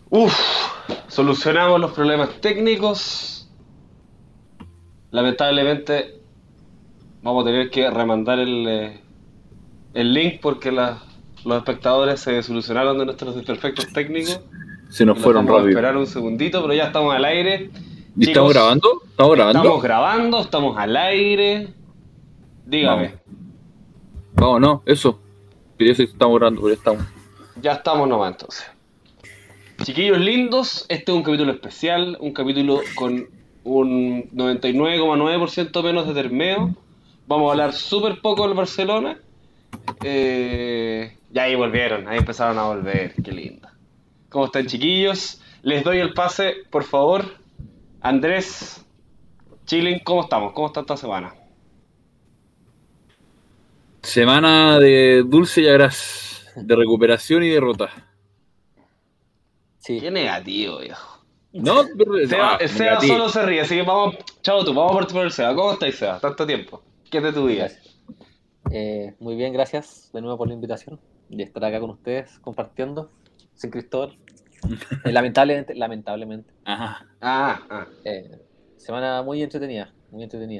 Uf, solucionamos los problemas técnicos. Lamentablemente vamos a tener que remandar el link porque los espectadores se solucionaron de nuestros desperfectos técnicos Se nos y los fueron vamos a rápido. esperar un segundito, pero ya estamos al aire. ¿Y estamos Chicos, grabando? ¿Estamos grabando? estamos grabando, estamos al aire. Vamos. Dígame, Vamos, no, eso. Quería decir que estamos grabando, pero ya estamos. ya estamos nomás entonces. Chiquillos lindos, este es un capítulo especial, un capítulo con un 99,9% menos de termeo. Vamos a hablar súper poco del Barcelona. Y ahí volvieron, ahí empezaron a volver, qué lindo. ¿Cómo están chiquillos? Les doy el pase, por favor. Andrés, Chilling, ¿cómo estamos? ¿Cómo está esta semana? Semana de dulce y agraz, de recuperación y derrota. Sí. Qué negativo, viejo. No, pero, El Seba negativo. solo se ríe, así que vamos, chao tú, vamos a partir por el Seba. ¿Cómo estáis, Seba? Tanto tiempo. ¿Qué es de tu vida? Gracias. Muy bien, gracias de nuevo por la invitación y estar acá con ustedes compartiendo sin Cristóbal. Lamentablemente. Ajá. Ah. eh, semana muy entretenida, muy entretenida.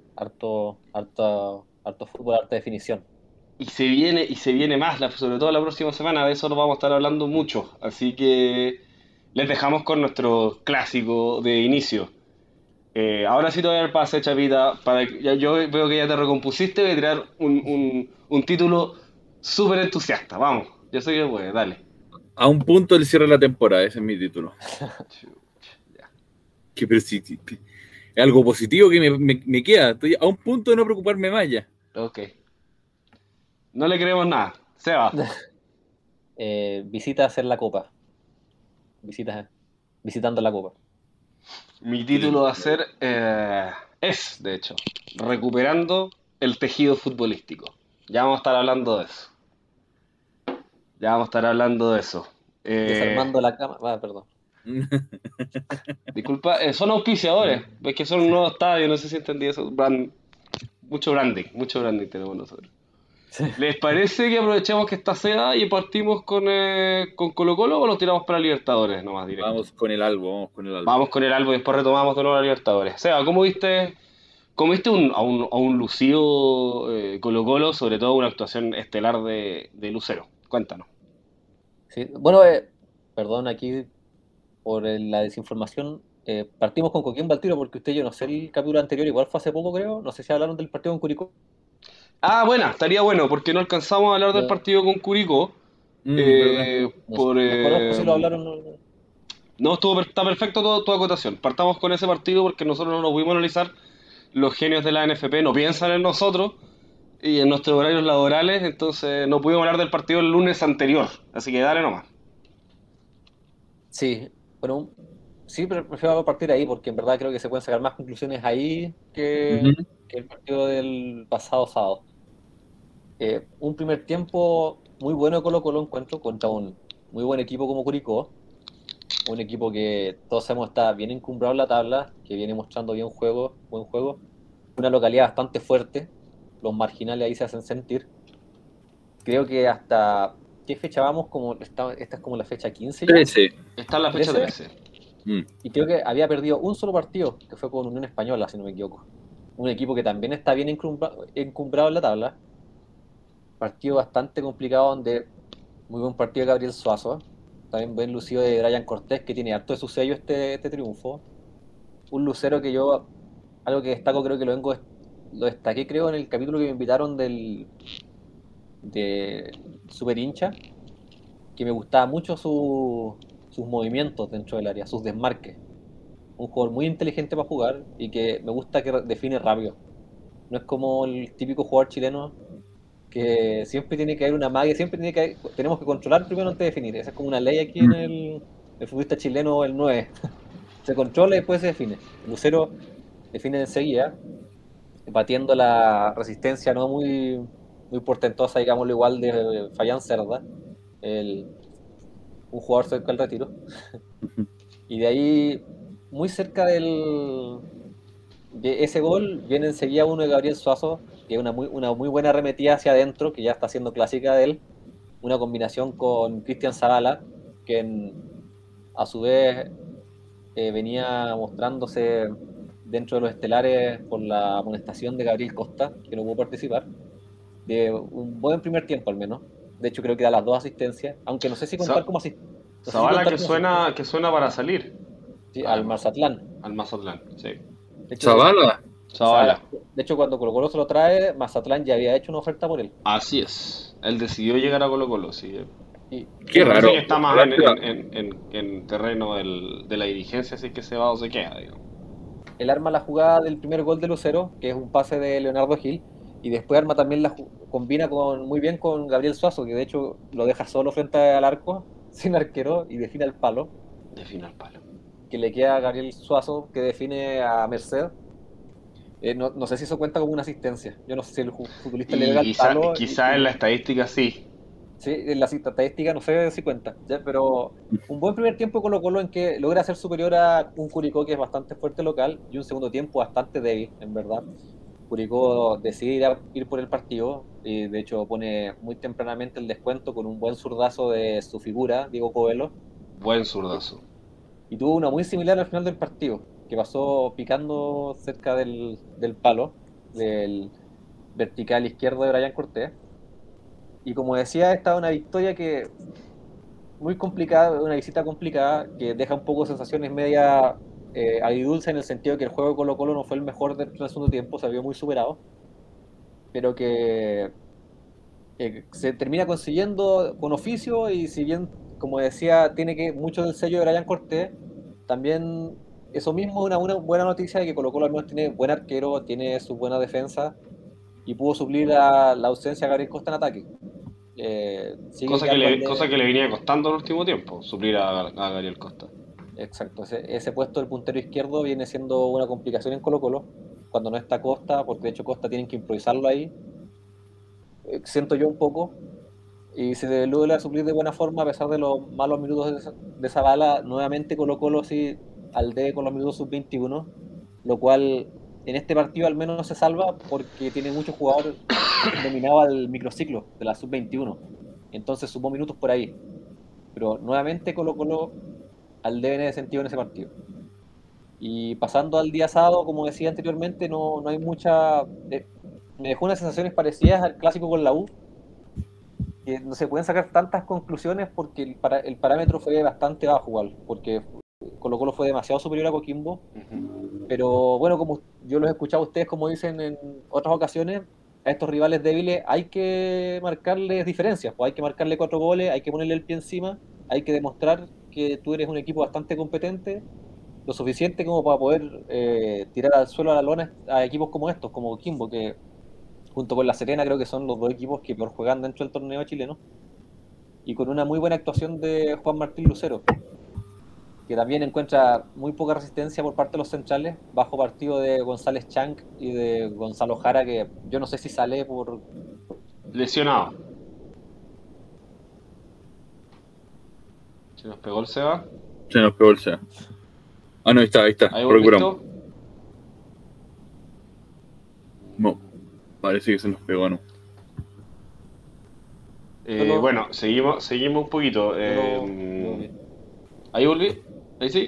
Harto fútbol, harta definición. Y se viene más, sobre todo la próxima semana, de eso nos vamos a estar hablando mucho. Así que les dejamos con nuestro clásico de inicio. Ahora sí te voy a dar pase, Chapita, yo veo que ya te recompusiste, voy a tirar un título súper entusiasta. Vamos, yo sé que puede, dale. A un punto del cierre de la temporada, ese es mi título. Chucha, ya. Que, pero es algo positivo que me queda. Estoy a un punto de no preocuparme más ya. Ok. No le creemos nada. Seba, Visita a hacer la copa. Visitas, visitando la copa. mi Qué título lindo. va a ser, es, de hecho, recuperando el tejido futbolístico. Ya vamos a estar hablando de eso. Ya vamos a estar hablando de eso. Eh, Desarmando la cama. Perdón. disculpa, son auspiciadores. Ves que son un nuevo estadio, no sé si entendí eso. Mucho branding tenemos nosotros. ¿Les parece que aprovechemos que está seda y partimos con Colo Colo o lo tiramos para Libertadores nomás directo? Vamos con el albo, vamos con el albo. Vamos con el Albo y después retomamos de nuevo la Libertadores. Seba, ¿cómo viste a un lucido Colo Colo, sobre todo una actuación estelar de Lucero? Cuéntanos. Sí. Bueno, perdón aquí por la desinformación. Partimos con Coquimbo al tiro porque usted, yo no sé, el capítulo anterior, igual fue hace poco, creo. No sé si hablaron del partido con Curicó. Ah, bueno, estaría bueno, porque no alcanzamos a hablar del No, partido con Curicó. ¿Verdad? desconozco si lo hablaron. No, está perfecto tu acotación. Partamos con ese partido porque nosotros no lo pudimos analizar. Los genios de la NFP no piensan en nosotros y en nuestros horarios laborales, entonces no pudimos hablar del partido el lunes anterior. Así que dale nomás. Sí, bueno, sí, pero prefiero partir ahí porque en verdad creo que se pueden sacar más conclusiones ahí Ujú. que el partido del pasado sábado. Un primer tiempo muy bueno de Colo-Colo encuentro contra un muy buen equipo como Curicó, un equipo que todos sabemos está bien encumbrado en la tabla, que viene mostrando bien juego, buen juego, una localidad bastante fuerte, los marginales ahí se hacen sentir. Creo que hasta, ¿qué fecha vamos? Esta es como la fecha 15 ya, 13. Está en la fecha 13, 13. Mm. y creo que había perdido un solo partido, que fue con Unión Española, si no me equivoco. Un equipo que también está bien encumbrado en la tabla, partido bastante complicado donde muy buen partido de Gabriel Suazo, también buen lucido de Brian Cortés, que tiene harto de su sello este triunfo. Un lucero que yo, algo que destaco, creo que lo destaqué creo en el capítulo que me invitaron de Super Hincha, que me gustaba mucho sus movimientos dentro del área, sus desmarques. Un jugador muy inteligente para jugar y que me gusta que define rápido. No es como el típico jugador chileno que siempre tiene que haber una magia, tenemos que controlar primero antes de definir. Esa es como una ley aquí en Mm. el futbolista chileno, el 9. Se controla y después se define. Lucero define enseguida, batiendo la resistencia no muy portentosa, digámoslo igual, de Fayán Cerda, el, un jugador cerca del retiro. Y de ahí, muy cerca de ese gol, viene enseguida uno de Gabriel Suazo, que es una muy buena arremetida hacia adentro, que ya está siendo clásica de él. Una combinación con Cristian Zavala, que a su vez venía mostrándose dentro de los estelares por la amonestación de Gabriel Costa, que no pudo participar, de un buen primer tiempo al menos. De hecho, creo que da las dos asistencias, aunque no sé si contar Za- como asistente. No sé si Zavala contar como asistente. que suena para salir, Sí, al además, Mazatlán. al Mazatlán, sí. De hecho, Zavala. o sea, Zavala, de hecho, cuando Colo Colo se lo trae, Mazatlán ya había hecho una oferta por él. así es. Él decidió llegar a Colo-Colo, sí. Y Qué Me bueno, parece raro. que está más Ojalá se va. en terreno de la dirigencia, así que se va o se queda, digamos. él arma la jugada del primer gol de Lucero, que es un pase de Leonardo Gil, y después arma también combina muy bien con Gabriel Suazo, que de hecho lo deja solo frente al arco, sin arquero, y define al palo, Define al palo. que le queda a Gabriel Suazo, que define a Merced. No sé si eso cuenta como una asistencia. Yo no sé si el futbolista le pega al palo Quizá en la estadística sí. sí, en la estadística no sé si cuenta, ¿ya? Pero un buen primer tiempo de Colo-Colo en que logra ser superior a un Curicó que es bastante fuerte local y un segundo tiempo bastante débil, en verdad. Curicó decide ir por el partido y de hecho pone muy tempranamente el descuento con un buen zurdazo de su figura, Diego Coelho, Buen zurdazo. y tuvo una muy similar al final del partido, que pasó picando cerca del palo, del vertical izquierdo de Brian Cortés. Y como decía, esta es una victoria que muy complicada, una visita complicada, que deja un poco sensaciones media agridulce en el sentido de que el juego de Colo-Colo no fue el mejor del segundo tiempo, se vio muy superado, pero que se termina consiguiendo con oficio y si bien, como decía, tiene que mucho del sello de Brian Cortés, también eso mismo es una buena noticia de que Colo-Colo al menos tiene buen arquero, tiene su buena defensa y pudo suplir la ausencia de Gabriel Costa en ataque. Sigue quedando al Cosa que de... le venía costando el último tiempo, suplir a Gabriel Costa. Exacto, ese puesto del puntero izquierdo viene siendo una complicación en Colo-Colo, cuando no está Costa, porque de hecho Costa tienen que improvisarlo ahí, siento yo un poco, y se logra suplir de buena forma a pesar de los malos minutos de Zabala, nuevamente Colo-Colo sí al D con los minutos sub-21, lo cual en este partido al menos se salva porque tiene muchos jugadores nominados al microciclo de la sub-21, entonces sumó minutos por ahí, pero nuevamente Colo-Colo al D en ese sentido en ese partido. Y pasando al día sábado, como decía anteriormente, no hay mucha... me dejó unas sensaciones parecidas al clásico con la U, que no se pueden sacar tantas conclusiones porque el parámetro fue bastante bajo igual, porque Colo Colo fue demasiado superior a Coquimbo, Ujú. pero bueno, como yo los he escuchado a ustedes, como dicen en otras ocasiones, a estos rivales débiles hay que marcarles diferencias, pues hay que marcarle 4 goles, hay que ponerle el pie encima, hay que demostrar que tú eres un equipo bastante competente lo suficiente como para poder tirar al suelo a la lona a equipos como estos, como Kimbo, que junto con La Serena creo que son los dos equipos que peor juegan dentro del torneo chileno, y con una muy buena actuación de Juan Martín Lucero, que también encuentra muy poca resistencia por parte de los centrales, bajo partido de González Chanc y de Gonzalo Jara, que yo no sé si sale por... Lesionado. Se nos pegó el Seba. Se nos pegó el SEA. Ah, no, ahí está. Ahí Lo recuperamos. volvisto. No, parece que se nos pegó, ¿no? Bueno, seguimos un poquito. Yo lo veo bien. Ahí volví. Ahí sí.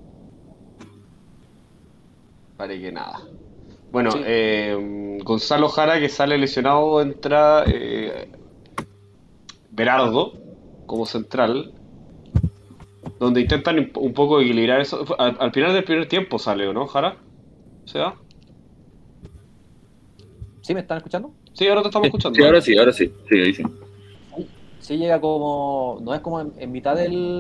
Parece que nada. Bueno, Sí, Gonzalo Jara que sale lesionado, entra Berardo como central, donde intentan un poco equilibrar eso. Al final del primer tiempo sale, ¿o no, Jara? ¿Se va? ¿Sí me están escuchando? Sí, ahora te estamos Sí, escuchando. ahora sí, ahora sí. Sí, ahí sí. Sí llega como, no es como en mitad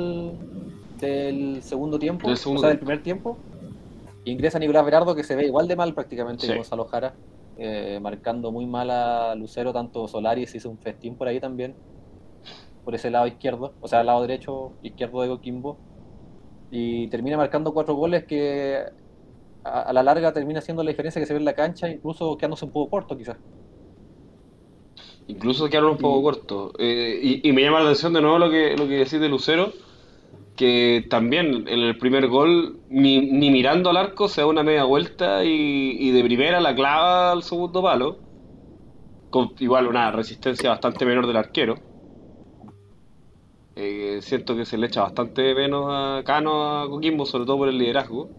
del segundo Del tiempo, o segundo sea, del tiempo. primer tiempo, ingresa Nicolás Berardo que se ve igual de mal prácticamente Sí. que Gonzalo Jara, marcando muy mal a Lucero, tanto Solari se hizo un festín por ahí también, por ese lado izquierdo, o sea, lado derecho, izquierdo de Coquimbo, y termina marcando 4 goles que a la larga termina siendo la diferencia que se ve en la cancha, incluso quedándose un poco corto quizás. Incluso quedaron un poco Y cortos. Y me llama la atención de nuevo lo que decís de Lucero, que también en el primer gol, ni mirando al arco, se da una media vuelta y de primera la clava al segundo palo, con igual una resistencia bastante menor del arquero. Siento que se le echa bastante de menos a Cano a Coquimbo, sobre todo por el liderazgo.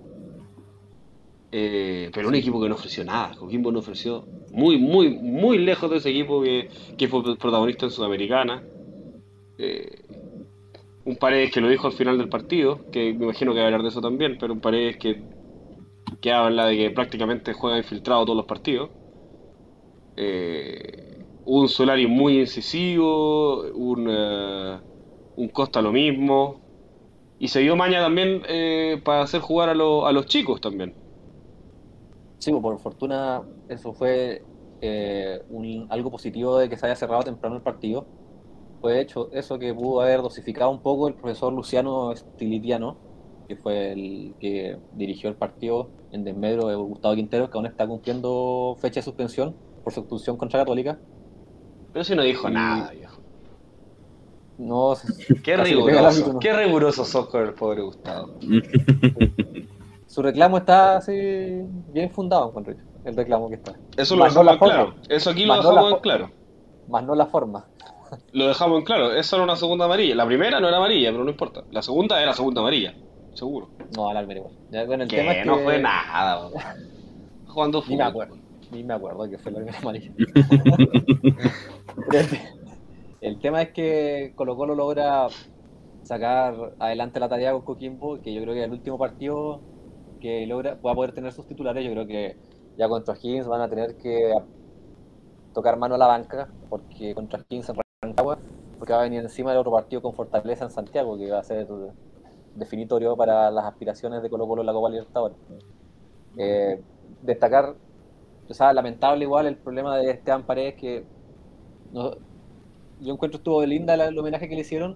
Pero un Sí, equipo que no ofreció nada. Coquimbo no ofreció muy, muy, muy lejos de ese equipo que fue protagonista en Sudamericana. Eh, un Paredes que lo dijo al final del partido, que me imagino que va a hablar de eso también, pero un Paredes que habla de que prácticamente juega infiltrado todos los partidos. Un Solari muy incisivo, un Costa lo mismo. Y se dio maña también para hacer jugar a los chicos también. sí, pues, por fortuna eso fue algo positivo de que se haya cerrado temprano el partido. Fue hecho eso que pudo haber dosificado un poco el profesor Luciano Stilitiano, que fue el que dirigió el partido en desmedro de Gustavo Quinteros, que aún está cumpliendo fecha de suspensión por su expulsión contra Católica. Pero si no dijo Y nada, viejo. no, casi le pega al árbitro, ¿no? Qué riguroso sos con el pobre Gustavo. Su reclamo está así bien fundado, encuentro yo, el reclamo que está. Eso lo Más no dejamos la en forma, claro. Eso aquí lo más no la, dejamos en fo- claro. más no la forma. Lo dejamos en claro. Eso era una segunda amarilla. La primera no era amarilla, pero no importa. La segunda era segunda amarilla. Seguro. No, al Almer igual. Ya, bueno, el tema es Que no fue que nada, papá. Jugando ni me fútbol. acuerdo, ni me acuerdo que fue la primera amarilla. Pero el tema es que Colo Colo logra sacar adelante la tarea con Coquimbo, que yo creo que el último partido que logra va a poder tener sus titulares. Yo creo que ya contra Higgins van a tener que tocar mano a la banca, porque contra Higgins en Rancagua, porque va a venir encima del otro partido con Fortaleza en Santiago, que va a ser definitorio para las aspiraciones de Colo Colo en la Copa Libertadores. Eh, Destacar, o sea, lamentable igual el problema de Esteban Paredes, que no, yo encuentro estuvo linda el homenaje que le hicieron.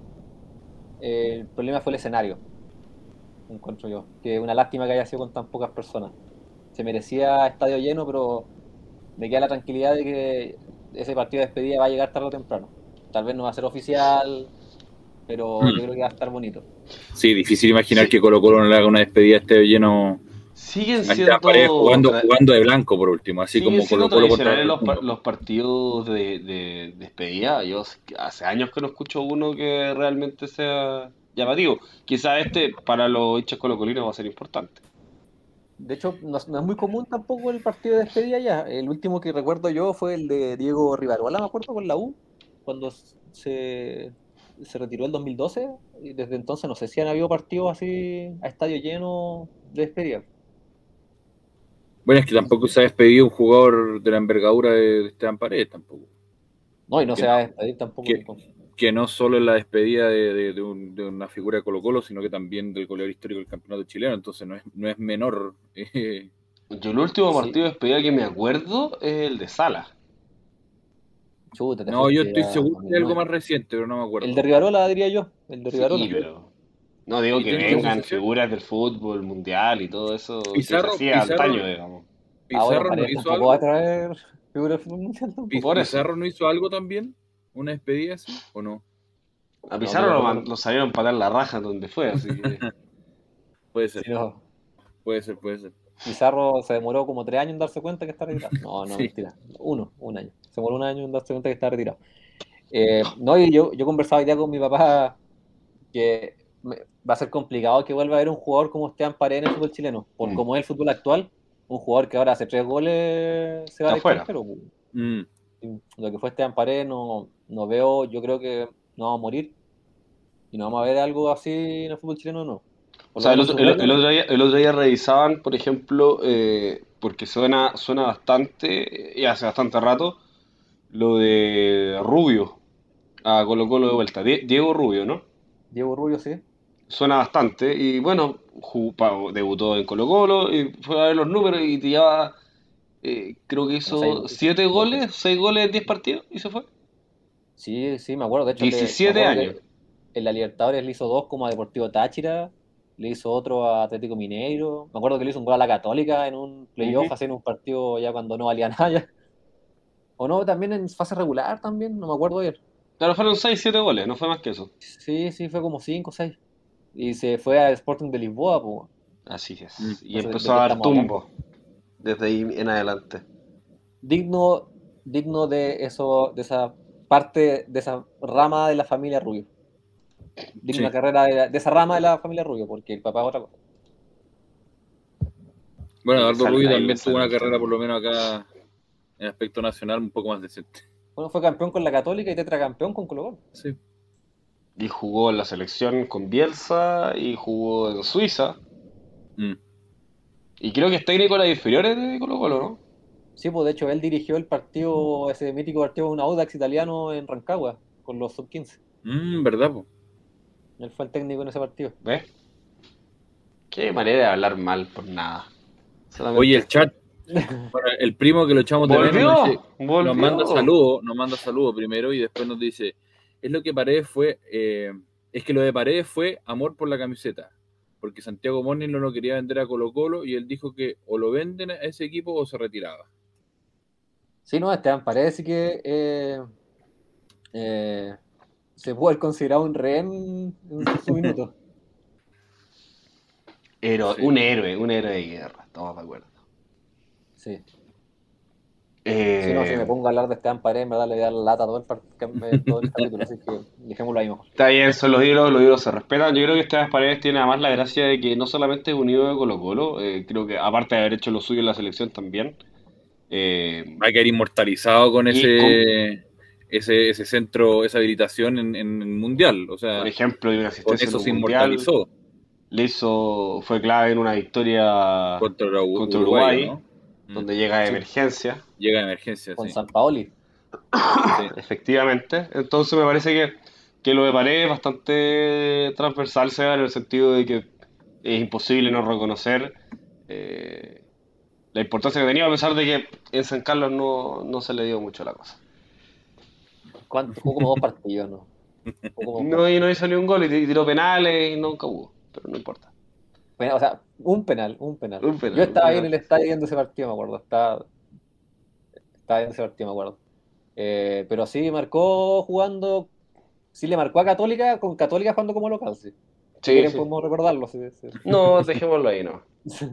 El problema fue el escenario, encuentro yo, que una lástima que haya sido con tan pocas personas. Se merecía estadio lleno, pero me queda la tranquilidad de que ese partido de despedida va a llegar tarde o temprano. Tal vez no va a ser oficial, pero yo creo que va a estar bonito. Sí, difícil imaginar Sí, que Colo Colo no le haga una despedida a este lleno siguen a Esteban Paredes siendo jugando de blanco por último, así siguen como siendo Colo Colo contra tradicionales Argentino. los partidos de despedida. Yo hace años que no escucho uno que realmente sea llamativo. Quizá este para los hinchas colocolinos va a ser importante. De hecho, no es muy común tampoco el partido de despedida ya. El último que recuerdo yo fue el de Diego Rivarola, me acuerdo, con la U, cuando se retiró el 2012. Y desde entonces no sé si han habido partidos así a estadio lleno de despedida. Bueno, es que tampoco se ha despedido un jugador de la envergadura de Esteban Paredes tampoco. No, y no Que se va a no, despedir tampoco que, entonces. que no solo es la despedida de una figura de Colo Colo, sino que también del goleador histórico del campeonato chileno, entonces no es menor. Yo el último Sí, partido de despedida que me acuerdo es el de Sala. chuta, te No, yo fuiste estoy a seguro que es algo 2009. más reciente, pero no me El de acuerdo. Rivarola, diría yo, el de Sí, Rivarola. pero no digo Y que tengo la Sí. vengan sensación, figuras del fútbol mundial y todo eso que se Pizarro, hacía Pizarro, antaño, digamos. Ah, bueno, Pizarro no Paredes hizo tampoco va a algo, traer figura del fútbol mundial tampoco. Por eso. Pizarro no hizo algo también, una despedida así, ¿o no? A No, que yo Pizarro recuerdo. lo salieron para dar la raja donde fue, así que. Puede Sí, ser, no. puede ser, puede ser. Pizarro se demoró como 3 años en darse cuenta que está retirado. No, no, Sí. mentira. Un año. Se demoró un año en darse cuenta que está retirado. No, y yo conversaba hoy día con mi papá que va a ser complicado que vuelva a haber un jugador como Esteban Paredes en el fútbol chileno. Por Mm, cómo es el fútbol actual, un jugador que ahora hace 3 goles se va está al afuera. extranjero. Mm. Lo que fue Esteban Paredes no veo, yo creo que no vamos a morir y no vamos a ver algo así en el fútbol chileno, no. O Por lo sea, menos su récord. el otro día revisaban, por ejemplo, porque suena bastante, y hace bastante rato, lo de Rubio a Colo Colo de vuelta. Diego Rubio, ¿no? Diego Rubio, sí. Suena bastante. Y bueno, debutó en Colo Colo y fue a ver los números y te llevaba, creo que Como 6 hizo 7 goles. goles, 6 goles en 10 partidos y se fue. Sí, sí, me acuerdo. De hecho, me 17 acuerdo años. que en la Libertadores le hizo dos como a Deportivo Táchira, le hizo otro a Atlético Mineiro. Me acuerdo que le hizo un gol a la Católica en un Ujú. playoff, así en un partido ya cuando no valía nada ya. O no, también en fase regular también, no me acuerdo bien. Claro, fueron 6 7 goles, no fue más que eso. Sí, sí, fue como 5 o 6. Y se fue al Sporting de Lisboa, pues. Así Mm. es. Y Entonces, empezó ¿de a qué dar estamos hablando? tumbo desde ahí en adelante. Digno, digno de eso, de esa parte, de esa rama de la familia Rubio. digna Sí. carrera de esa rama de la familia Rubio, porque el papá es otra cosa. Bueno, Eduardo Rubio Ahí le también tuvo sale una el carrera, por tema. lo menos acá, en aspecto nacional, un poco más decente. Bueno, fue campeón con la Católica y tetracampeón con Colo-Colo. Sí. Y jugó en la selección con Bielsa y jugó en Suiza. Mm. Y creo que es técnico de las inferiores de Colo-Colo, ¿no? Sí, pues de hecho él dirigió el partido, ese mítico partido, un Audax italiano en Rancagua, con los sub-15. ¿Verdad, po? Él fue el técnico en ese partido. ¿Ves? Qué manera de hablar mal por nada. Oye, el Solamente. chat, bueno, el primo que lo echamos de menos nos dice, ¡Volvió! ¡Volvió! nos manda saludos primero y después nos dice, es lo que Paredes fue, es que lo de Paredes fue amor por la camiseta, porque Santiago Morning no lo quería vender a Colo Colo y él dijo que o lo venden a ese equipo o se retiraba. Sí, no, Esteban Paredes sí que eh, se puede haber considerado un rehén en su minuto. Sí. Un héroe de guerra, estamos de acuerdo. Sí. Si no, si me Eh, pongo a hablar de Esteban Paredes, en verdad le voy a dar la lata todo el capítulo, así que dejémoslo ahí mejor. Está bien, son los ídolos se respetan. Yo creo que Esteban Paredes tiene además la gracia de que no solamente es un ídolo de Colo-Colo, creo que aparte de haber hecho lo suyo en la selección también, Va a quedar inmortalizado con y con, ese centro, esa habilitación en el Mundial. O por sea, ejemplo, de una con asistencia en eso un se mundial, inmortalizó fue clave en una victoria contra contra Uruguay, Uruguay, ¿no? Mm. donde llega de Sí, emergencia, Llega de emergencia, con sí. San Paoli. Sí. efectivamente. Entonces me parece que lo de Paredes es bastante transversal, se en el sentido de que es imposible no reconocer eh, la importancia que tenía, a pesar de que en San Carlos no se le dio mucho la cosa. ¿Cuánto? Jugó como dos partidos, ¿no? Jugó como dos No, y partidos. no salió un gol y tiró penales y nunca hubo, pero no importa. O sea, un penal, un penal. Yo Un estaba ahí en penal. el estadio viendo ese partido, me acuerdo. Estaba viendo ese partido, me acuerdo. Pero sí marcó jugando, sí le marcó a Católica, con Católica jugando como local, sí. Si Sí, quieren sí. podemos recordarlo, sí, sí. No, dejémoslo ahí, no.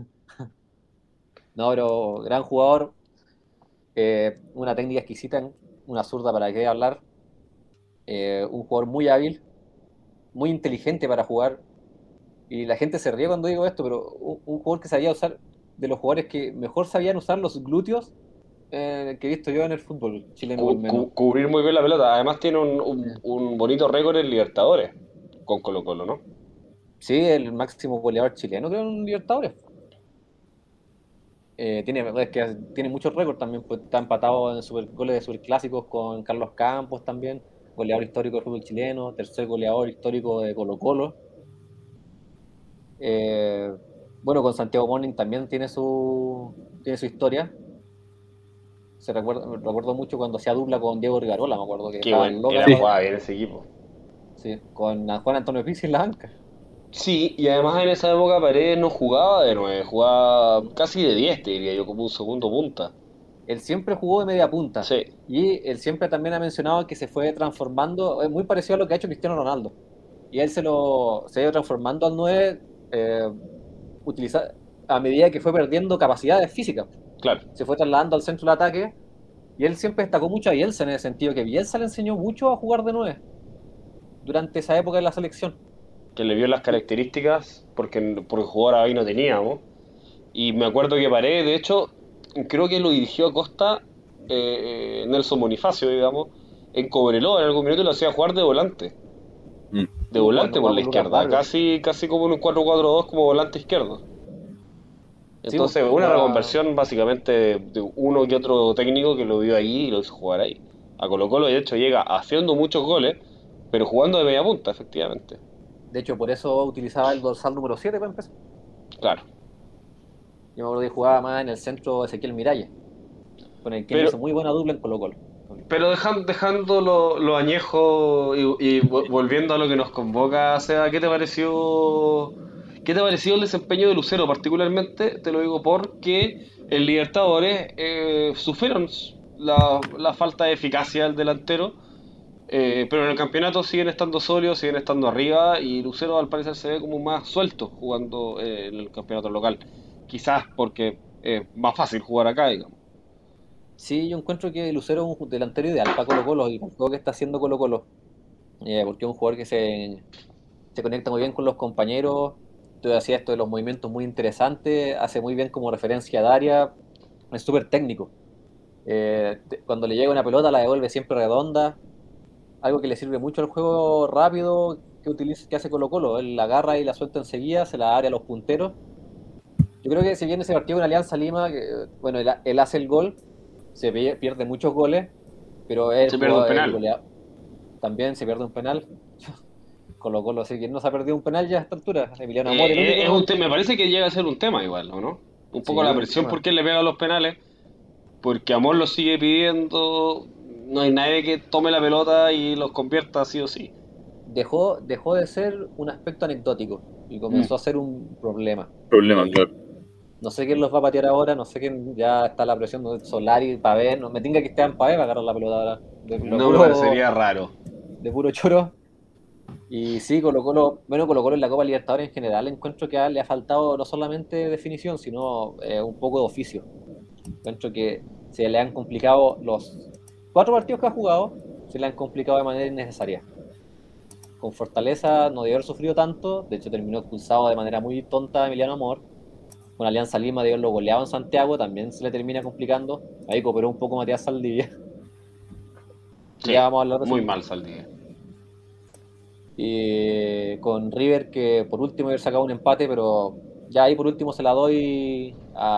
No, pero gran jugador, una técnica exquisita, una zurda para qué hablar, un jugador muy hábil, muy inteligente para jugar, y la gente se ríe cuando digo esto, pero un jugador que sabía usar, de los jugadores que mejor sabían usar los glúteos que he visto yo en el fútbol chileno al menos. Cubrir muy bien la pelota. Además tiene Eh, un bonito récord en Libertadores con Colo Colo, ¿no? Sí, el máximo goleador chileno creo en Libertadores. Es que tiene muchos récords también, pues está empatado en goles de superclásicos con Carlos Campos también, goleador histórico del fútbol chileno, tercer goleador histórico de Colo-Colo. Eh, bueno, con Santiago Morning también tiene su historia. Recuerdo mucho cuando hacía dupla con Diego Rigarola, me acuerdo que Qué buen, estaban locas era Sí. todas. jugaba bien ese equipo. Sí, con Juan Antonio Pizzi en la banca. Sí, y además en esa época Paredes no jugaba de 9, jugaba casi de 10, te diría yo, como un segundo punta. Él siempre jugó de media punta Sí, y él siempre también ha mencionado que se fue transformando, es muy parecido a lo que ha hecho Cristiano Ronaldo. Y él se ha ido transformando al 9 a medida que fue perdiendo capacidades físicas. claro. Se fue trasladando al centro del ataque y él siempre destacó mucho a Bielsa en ese sentido, que Bielsa le enseñó mucho a jugar de 9 durante esa época de la selección. Que le vio las características porque jugador ahí no teníamos. Y me acuerdo que Paredes, de hecho, creo que lo dirigió a Costa Nelson Bonifacio, digamos, en Cobreloa en algún minuto lo hacía jugar de volante. Mm. De Cuando volante por jugaba la con Lucas izquierda, Barrios. casi como en un 4-4-2 como volante izquierdo. Sí, pues, Entonces, una jugaba. reconversión básicamente de uno que otro técnico que lo vio ahí y lo hizo jugar ahí. A Colo Colo, de hecho, llega haciendo muchos goles, pero jugando de media punta, efectivamente. De hecho, por eso utilizaba el dorsal número 7 para empezar. Claro. Yo me acuerdo que jugaba más en el centro Ezequiel Miralles, con el que él Pero, hizo muy buena dupla en Colo-Colo. pero dejando lo añejo y volviendo a lo que nos convoca, Seba, ¿qué te pareció el desempeño de Lucero? Particularmente, te lo digo porque en Libertadores sufrieron la falta de eficacia del delantero. Pero en el campeonato siguen estando sólidos, siguen estando arriba y Lucero al parecer se ve como más suelto jugando en el campeonato local. Quizás porque es más fácil jugar acá, digamos. Sí, yo encuentro que Lucero es un delantero ideal para Colo-Colo y con todo lo que está haciendo Colo-Colo. Porque es un jugador se conecta muy bien con los compañeros, tú decías esto de los movimientos muy interesantes, hace muy bien como referencia de área, es súper técnico. Cuando le llega una pelota la devuelve siempre redonda, algo que le sirve mucho al juego rápido que hace Colo Colo, él la agarra y la suelta enseguida, se la abre a los punteros. Yo creo que si bien ese partido con Alianza Lima, bueno, él hace el gol, pierde muchos goles, pero Se pierde un el penal. goleador también se pierde un penal. Colo Colo, así que no se ha perdido un penal ya a esta altura. Emiliano Amor, el único. Me parece que llega a ser un tema igual, ¿o no? Un poco Sí, la un presión tema. porque él le pega los penales, porque Amor lo sigue pidiendo, no hay nadie que tome la pelota y los convierta sí o sí. Dejó de ser un aspecto anecdótico y Mm. comenzó a ser un problema. Problema, claro. No sé quién los va a patear ahora, no sé quién ya está la presión de Solari, Pavé, no, me tinga que Esteban Pavé va a agarrar la pelota ahora. No me parecería raro. De puro choro. Y sí, Colo Colo en la Copa Libertadores en general encuentro que le ha faltado no solamente definición, sino un poco de oficio. Encuentro que se le han complicado los 4 partidos que ha jugado, se le han complicado de manera innecesaria. Con Fortaleza no debió haber sufrido tanto, de hecho terminó expulsado de manera muy tonta Emiliano Amor. Con Alianza Lima de haberlo goleado en Santiago, también se le termina complicando. Ahí cooperó un poco Matías Saldivia, que ya Sí, vamos a hablar de muy eso. mal Saldía. Y con River, que por último haber sacado un empate, pero ya ahí por último se la doy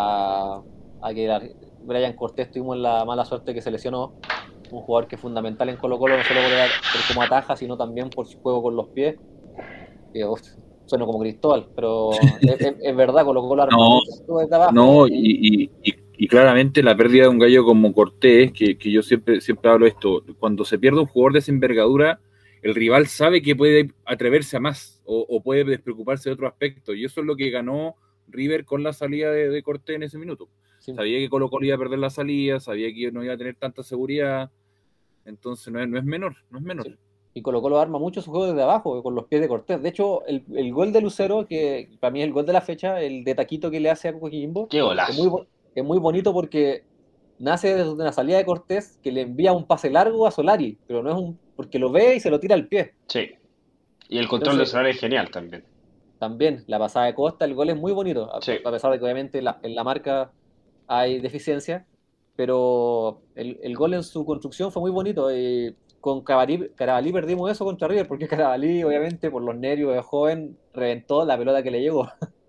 a que Brian Cortés tuvimos la mala suerte que se lesionó. Un jugador que es fundamental en Colo Colo, no solo por cómo ataja, sino también por su juego con los pies. Que, sueno como Cristóbal, pero es verdad, Colo Colo arma No, mucho desde abajo no, y y claramente la pérdida de un gallo como Cortés, que yo siempre hablo de esto, cuando se pierde un jugador de esa envergadura, el rival sabe que puede atreverse a más o puede despreocuparse de otro aspecto, y eso es lo que ganó River con la salida de Cortés en ese minuto. sí, Sabía que Colo Colo iba a perder la salida, sabía que no iba a tener tanta seguridad, entonces no es menor, no es menor. sí. Y Colo Colo arma mucho su juego desde abajo, con los pies de Cortés. De hecho, el gol de Lucero, que para mí es el gol de la fecha, el de taquito que le hace a Coquimbo, Qué es muy, golazo. es muy bonito porque nace desde una salida de Cortés que le envía un pase largo a Solari, pero no es porque lo ve y se lo tira al pie. Sí. Y el control de Entonces, Solari es genial también. también la pasada de Costa, el gol es muy bonito, Sí. a pesar de que obviamente en la marca hay deficiencia, pero el gol en su construcción fue muy bonito. Con Carabalí perdimos eso contra River, porque Carabalí, obviamente, por los nervios de joven, reventó la pelota que le llegó.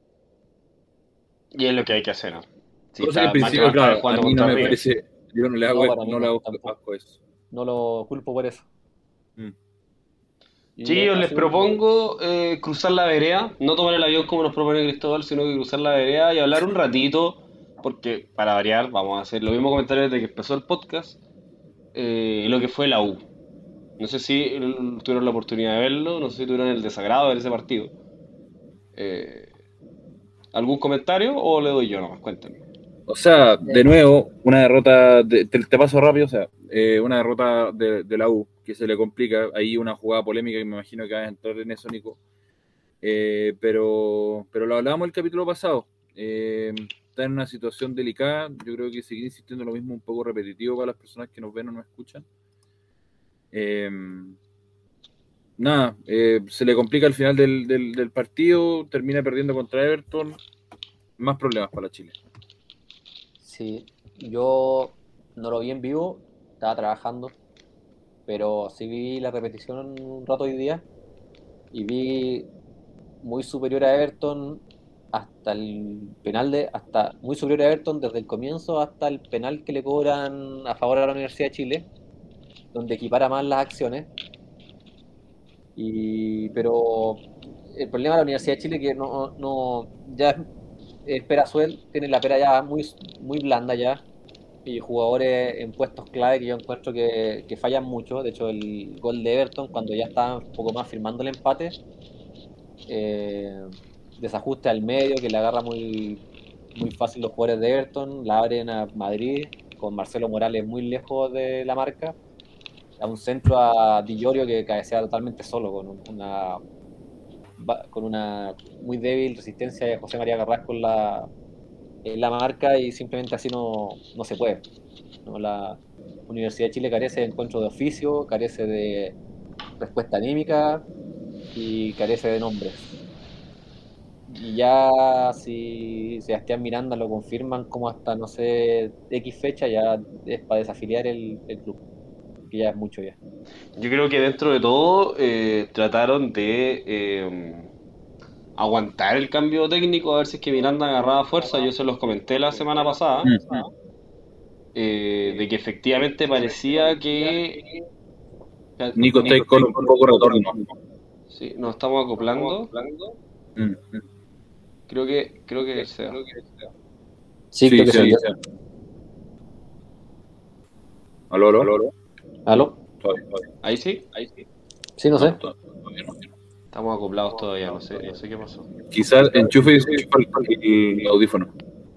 Y es lo que hay que hacer, ¿no? Si Cosa que en está más que principio, mal para claro, a jugando mí no contra me River. parece, yo No, para mí no le no, hago tampoco. asco a eso. No lo culpo por eso. Mm. Y Chiquillos, ha les sido un... propongo cruzar la vereda, no tomar el avión como nos propone Cristóbal, sino que cruzar la vereda y hablar un ratito, porque para variar vamos a hacer los mismos comentarios desde que empezó el podcast, lo que fue la U. No sé si tuvieron la oportunidad de verlo, no sé si tuvieron el desagrado de ver ese partido. Eh, ¿Algún comentario o le doy yo nomás? Cuéntenme. O sea, de eh, nuevo, una derrota, te paso rápido, o sea, una derrota de la U, que se le complica, ahí una jugada polémica que me imagino que vas a entrar en eso, Nico. Pero lo hablábamos el capítulo pasado. Está en una situación delicada, yo creo que seguir insistiendo lo mismo un poco repetitivo para las personas que nos ven o nos escuchan. Eh, Nada, se le complica al final del partido, termina perdiendo contra Everton, más problemas para Chile. sí, yo no lo vi en vivo, estaba trabajando, pero sí vi la repetición un rato hoy día y vi muy superior a Everton hasta muy superior a Everton desde el comienzo hasta el penal que le cobran a favor de la Universidad de Chile, donde equipara más las acciones. Pero el problema de la Universidad de Chile que no ya es Perazuel, tiene la pera ya muy blanda ya, y jugadores en puestos clave que yo encuentro que fallan mucho. De hecho, el gol de Everton, cuando ya estaba un poco más firmando el empate, eh, desajuste al medio que le agarra muy fácil los jugadores de Everton, la abren a Madrid con Marcelo Morales muy lejos de la marca, a un centro a Di Llorio que cabecea totalmente solo con una muy débil resistencia de José María Carrasco en la marca, y simplemente así no se puede, ¿no? La Universidad de Chile carece de encuentro de oficio, carece de respuesta anímica, y carece de nombres. Y ya si Sebastián Miranda lo confirman como hasta, no sé, X fecha, ya es para desafiliar el club, que ya es mucho ya. Yo creo que dentro de todo trataron de aguantar el cambio técnico, a ver si es que Miranda agarraba fuerza. Yo se los comenté la semana pasada, Mm. de que efectivamente parecía que... Nico está ahí con un poco de retorno. Sí, nos estamos acoplando. Mm. Creo que sea. Sí, creo Sí, que sí, soy yo. sí. ¿Aló, aló? ¿Aló? Todavía Ahí sí, Sí, no sé. todavía no. estamos acoplados todavía, no sé qué pasó. Quizás enchufe y desenchufa el audífono.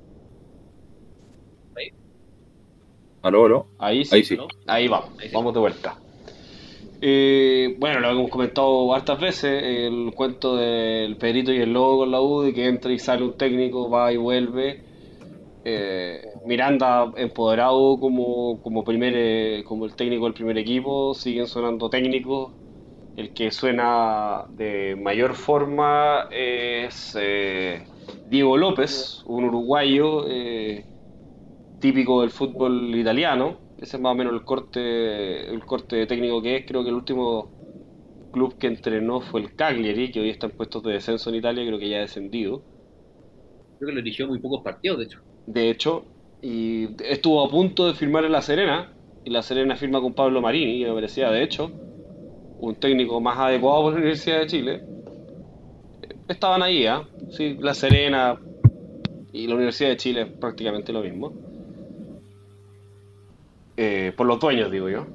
¿Aló, aló? Ahí Ahí sí, sí. ahí vamos de vuelta. Bueno, lo hemos comentado hartas veces, el cuento del Pedrito y el Lobo con la U, de que entra y sale un técnico, va y vuelve. Miranda empoderado como el técnico del primer equipo, siguen sonando técnicos. El que suena de mayor forma es Diego López, un uruguayo típico del fútbol italiano. Ese es más o menos el corte de técnico que es. Creo que el último club que entrenó fue el Cagliari, que hoy está en puestos de descenso en Italia, creo que ya ha descendido. Creo que lo dirigió muy pocos partidos, de hecho. De hecho, y estuvo a punto de firmar en La Serena, y La Serena firma con Pablo Marini, que me parecía, de hecho, un técnico más adecuado por la Universidad de Chile. Estaban ahí, ¿ah? Sí, La Serena y la Universidad de Chile es prácticamente lo mismo. Por los dueños, digo yo.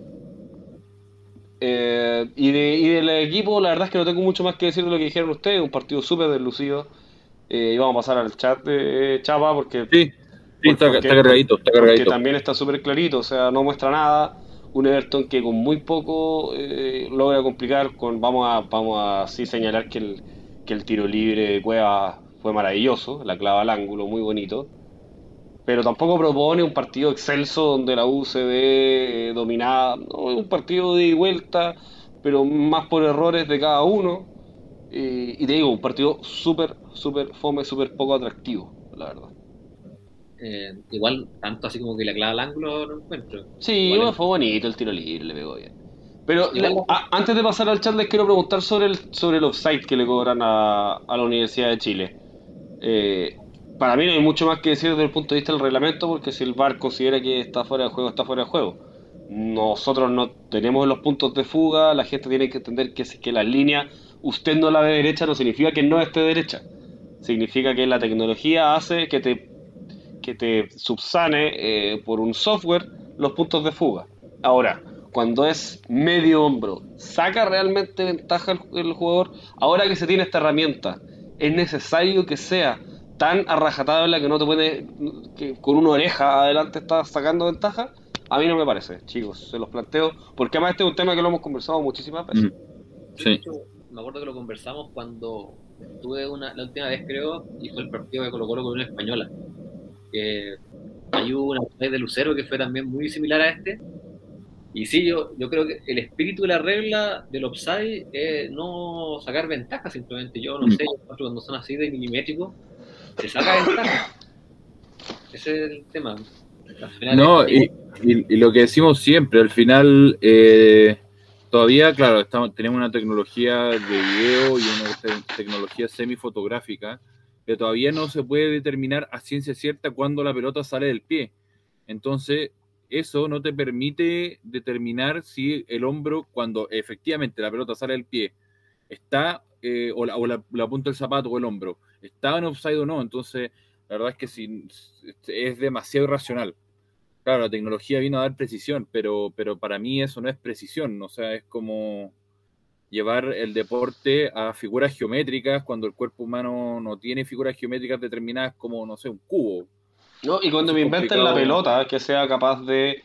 Y del equipo, la verdad es que no tengo mucho más que decir de lo que dijeron ustedes. Un partido súper deslucido. Y vamos a pasar al chat de Chapa Sí, sí, está cargadito, está porque cargadito. también está súper clarito. O sea, no muestra nada. Un Everton que con muy poco logra complicar. Vamos a sí señalar que el tiro libre de Cueva fue maravilloso. La clava al ángulo, muy bonito. Pero tampoco propone un partido excelso donde la U se ve dominada. No, es un partido de ida y vuelta, pero más por errores de cada uno. Y te digo, un partido súper fome, súper poco atractivo, la verdad. Igual, tanto así como que la clava al ángulo no encuentro. Sí, Igual, bueno, fue bonito el tiro libre, le pegó bien. Pero igual antes de pasar al chat les quiero preguntar sobre el offside que le cobran a la Universidad de Chile. Eh, para mí no hay mucho más que decir desde el punto de vista del reglamento, porque si el VAR considera que está fuera de juego, está fuera de juego. Nosotros no tenemos los puntos de fuga, la gente tiene que entender que si que la línea usted no la ve derecha no significa que no esté derecha. Significa que la tecnología hace que te subsane por un software los puntos de fuga. Ahora, cuando es medio hombro, ¿saca realmente ventaja el jugador? Ahora que se tiene esta herramienta, ¿es necesario que sea tan a rajatabla que no te puede, que con una oreja adelante está sacando ventaja? A mí no me parece, chicos, se los planteo, porque además este es un tema que lo hemos conversado muchísimas veces. sí, de Sí. hecho, me acuerdo que lo conversamos cuando estuve la última vez, creo, y fue el partido de Colo-Colo con una española. Que hay una de Lucero que fue también muy similar a este. Y sí, yo creo que el espíritu de la regla del offside es no sacar ventaja simplemente. Yo no sé, cuando son así de milimétricos, se saca ventaja. Ese es el tema. Al final No, y lo que decimos siempre, al final, todavía, claro, tenemos una tecnología de video y una tecnología semifotográfica, pero todavía no se puede determinar a ciencia cierta cuándo la pelota sale del pie. Entonces, eso no te permite determinar si el hombro, cuando efectivamente la pelota sale del pie, está, o la punta del zapato o el hombro, está en offside o no. Entonces, la verdad es que es demasiado irracional. Claro, la tecnología vino a dar precisión, pero para mí eso no es precisión, o sea, es como llevar el deporte a figuras geométricas cuando el cuerpo humano no tiene figuras geométricas determinadas como, no sé, un cubo. ¿No? Y cuando Entonces me es inventen la complicado. pelota, que sea capaz de,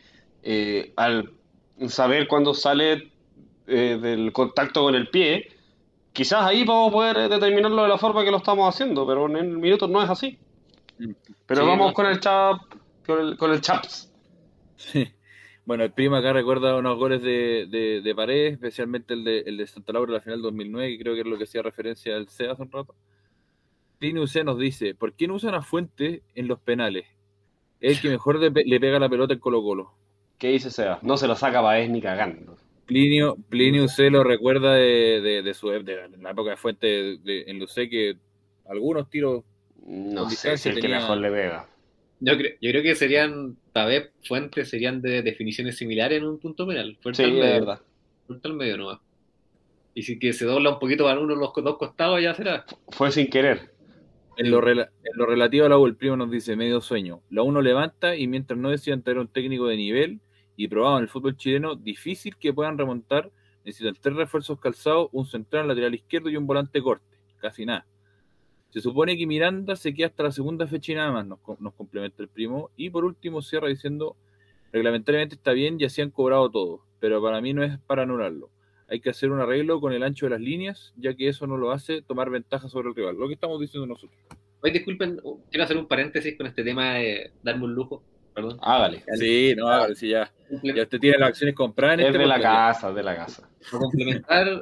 al saber cuándo sale del contacto con el pie, quizás ahí vamos a poder determinarlo de la forma que lo estamos haciendo, pero en el minuto no es así. Pero Sí, vamos no. con el chat, con el chaps. Sí. Bueno, el primo acá recuerda unos goles de Paredes, especialmente el de Santa Laura en la final 2009, que creo que es lo que hacía referencia al CEA hace un rato. Tini UC nos dice, ¿por qué no usan a Fuentes en los penales? Es el que mejor le pega la pelota en Colo-Colo. ¿Qué dice Seba? No se lo saca Paez ni cagando. Plinio UC lo recuerda de la época de Fuentes en Lucé, que algunos tiros No con sé si distancia el que tenía... mejor le pega. Yo creo que serían, Pavés, Fuentes, serían de definiciones similares en un punto penal. Sí, es verdad. Fuerte al medio nomás. Y si que se dobla un poquito para uno de los dos costados, ya será. Fue sin querer. En lo relativo a la U, el primo nos dice medio sueño. La U no levanta y mientras no decidan traer un técnico de nivel y probado en el fútbol chileno, difícil que puedan remontar. Necesitan 3 refuerzos calzados, un central, lateral izquierdo y un volante corte. Casi nada. Se supone que Miranda se queda hasta la segunda fecha y nada más, nos complementa el primo. Y por último cierra diciendo, reglamentariamente está bien y así han cobrado todo, pero para mí no es para anularlo. Hay que hacer un arreglo con el ancho de las líneas, ya que eso no lo hace tomar ventaja sobre el rival. Lo que estamos diciendo nosotros. Oye, disculpen, quiero hacer un paréntesis con este tema de darme un lujo. Perdón. Hágale. Sí, no, sí, ya usted tiene las acciones compradas en Es de la casa, de la casa. Para complementar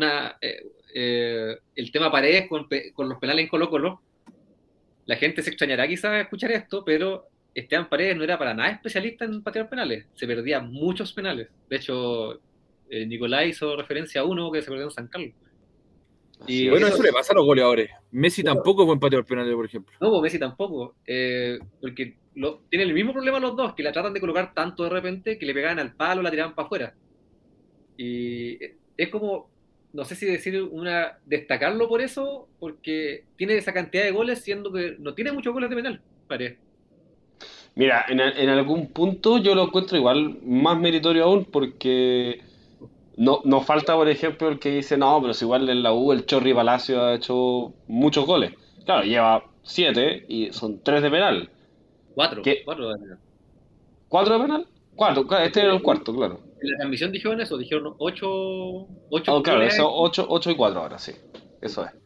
el tema Paredes con los penales en Colo-Colo, la gente se extrañará quizás escuchar esto, pero Esteban Paredes no era para nada especialista en patear penales. Se perdía muchos penales. De hecho, Nicolás hizo referencia a uno que se perdió en San Carlos. Y bueno, eso le pasa a los goleadores. Messi tampoco es buen pateador penales, por ejemplo. No, pues Messi tampoco. Porque tienen el mismo problema los dos, que la tratan de colocar tanto de repente que le pegaban al palo, la tiraban para afuera. Y es como, no sé si decir destacarlo por eso, porque tiene esa cantidad de goles, siendo que no tiene muchos goles de penal, parece. Mira, en algún punto yo lo encuentro igual más meritorio aún porque no falta, por ejemplo, el que dice, no, pero si igual en la U el Chorri Palacio ha hecho muchos goles. Claro, lleva 7 y son 3 de penal. 4 ¿Qué? 4 de penal. ¿4 de penal? 4, este era el cuarto, claro. En la transmisión dijeron eso, dijeron 8 Oh, claro, goles. eso 8 y 4 ahora, sí. Eso es.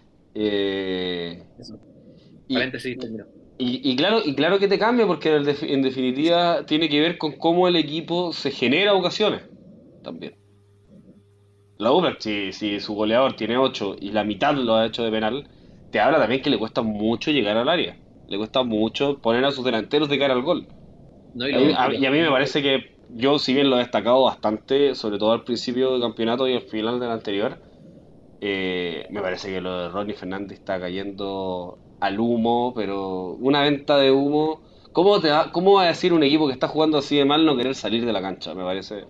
Eso. Y, Paréntesis, terminó. y claro que te cambia porque en definitiva tiene que ver con cómo el equipo se genera ocasiones también. La Uber, si su goleador tiene 8 y la mitad lo ha hecho de penal, te habla también que le cuesta mucho llegar al área. Le cuesta mucho poner a sus delanteros de cara al gol. No, Y a mí me parece que yo, si bien lo he destacado bastante, sobre todo al principio del campeonato y al final del anterior, me parece que lo de Ronnie Fernández está cayendo al humo, pero una venta de humo. ¿Cómo va a decir un equipo que está jugando así de mal no querer salir de la cancha? Me parece.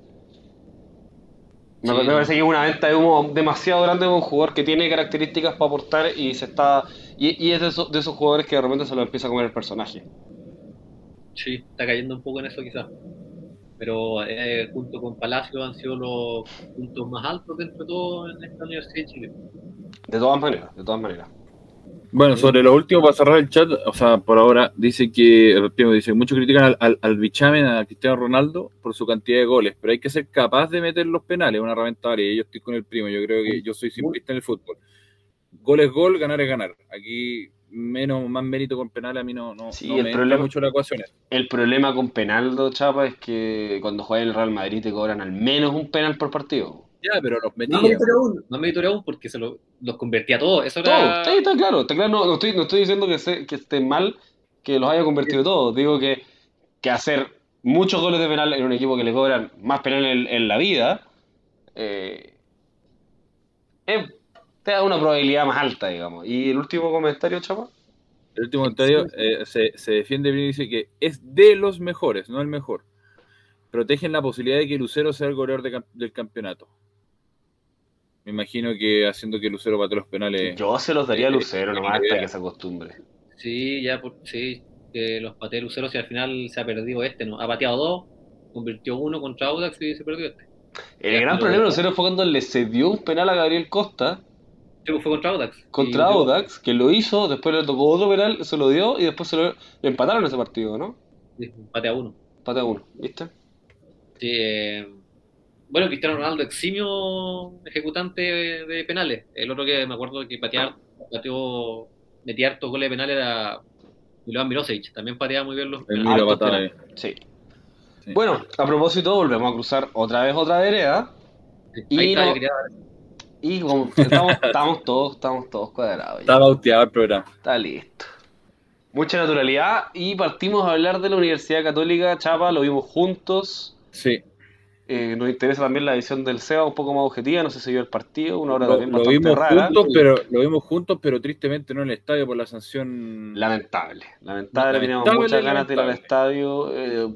Me parece que es una venta de humo demasiado grande de un jugador que tiene características para aportar y se está. Y es de esos jugadores que de repente se lo empieza a comer el personaje. Sí, está cayendo un poco en eso quizás. Pero junto con Palacio han sido los puntos más altos dentro de todo en esta Universidad de Chile. De todas maneras, de todas maneras. Bueno, sobre lo último, para cerrar el chat, o sea, por ahora, dice que, muchos critican al bichamen, a Cristiano Ronaldo, por su cantidad de goles, pero hay que ser capaz de meter los penales, una herramienta válida, y yo estoy con el primo, yo creo que yo soy simplista en el fútbol. Gol es gol, ganar es ganar. Aquí, más mérito con penales, a mí no Sí, me entra mucho la ecuación. El problema con Penaldo, Chapa, es que cuando juega en el Real Madrid te cobran al menos un penal por partido. Ya, pero los metía. No meritorio aún porque los convertía todos. Eso Todo, era... está claro. No estoy diciendo que esté mal que los haya convertido todos. Digo que hacer muchos goles de penal en un equipo que le cobran más penal en la vida, te da una probabilidad más alta, digamos. Y el último comentario, Chapa. El último comentario se defiende bien y dice que es de los mejores, no el mejor. Protegen la posibilidad de que Lucero sea el goleador del campeonato. Me imagino que haciendo que Lucero patee los penales. Yo se los daría a Lucero nomás hasta que se acostumbre. Sí, que los patee Lucero, si al final se ha perdido ¿no? Ha pateado 2, convirtió 1 contra Audax y se perdió este. El gran problema de Lucero fue cuando le cedió un penal a Gabriel Costa. Sí, fue contra Audax. Contra Audax, que lo hizo, después le tocó otro penal, se lo dio y después le empataron ese partido, ¿no? Sí, empate a 1. Empate a 1, ¿viste? Sí, bueno, Cristiano Ronaldo, eximio ejecutante de penales. El otro que me acuerdo que metía hartos goles de penales era Milovan Milosevic. También pateaba muy bien los penales. Sí. Sí. Bueno, a propósito, volvemos a cruzar otra vez otra vereda. Ahí Y, está, yo no, quería y como estamos todos cuadrados Está ya. bauteado el programa. Está listo. Mucha naturalidad y partimos a hablar de la Universidad Católica Chapa, lo vimos juntos. Sí. Nos interesa también la visión del SEBA un poco más objetiva, no sé si vio el partido, una hora Lo, también lo bastante vimos rara. juntos, pero tristemente no en el estadio por la sanción Lamentable, teníamos lamentable, muchas ganas de ir al lamentable. estadio,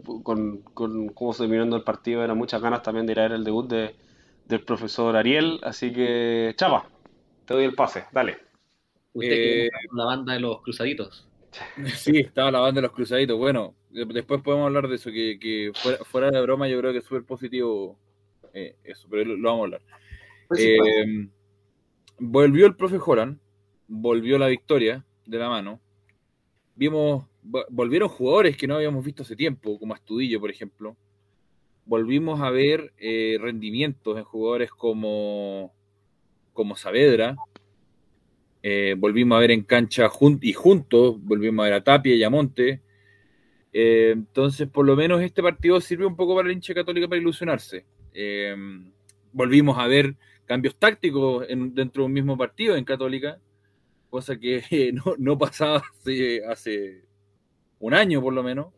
con cómo se terminando el partido, eran muchas ganas también de ir a ver el debut del profesor Ariel, así que Chapa, te doy el pase, dale. Usted que Eh, la banda de los cruzaditos. sí, estaba la banda de los cruzaditos. Bueno, después podemos hablar de eso, que fuera de broma yo creo que es súper positivo eso, pero lo vamos a hablar. Pues sí, pues. Volvió el profe Holland, volvió la victoria de la mano. Volvieron jugadores que no habíamos visto hace tiempo, como Astudillo, por ejemplo. Volvimos a ver rendimientos en jugadores como Saavedra. Volvimos a ver en cancha juntos, volvimos a ver a Tapia y a Monte. Entonces, por lo menos este partido sirvió un poco para el hincha Católica para ilusionarse. Volvimos a ver cambios tácticos dentro de un mismo partido en Católica, cosa que no pasaba hace un año por lo menos,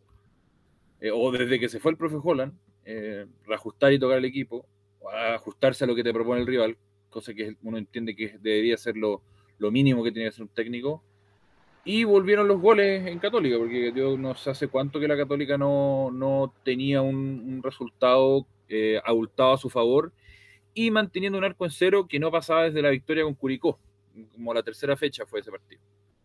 o desde que se fue el profe Holland, reajustar y tocar el equipo, ajustarse a lo que te propone el rival, cosa que uno entiende que debería ser lo mínimo que tiene que hacer un técnico. Y volvieron los goles en Católica, porque yo no sé hace cuánto que la Católica no tenía un resultado abultado a su favor y manteniendo un arco en cero que no pasaba desde la victoria con Curicó, como la tercera fecha fue ese partido.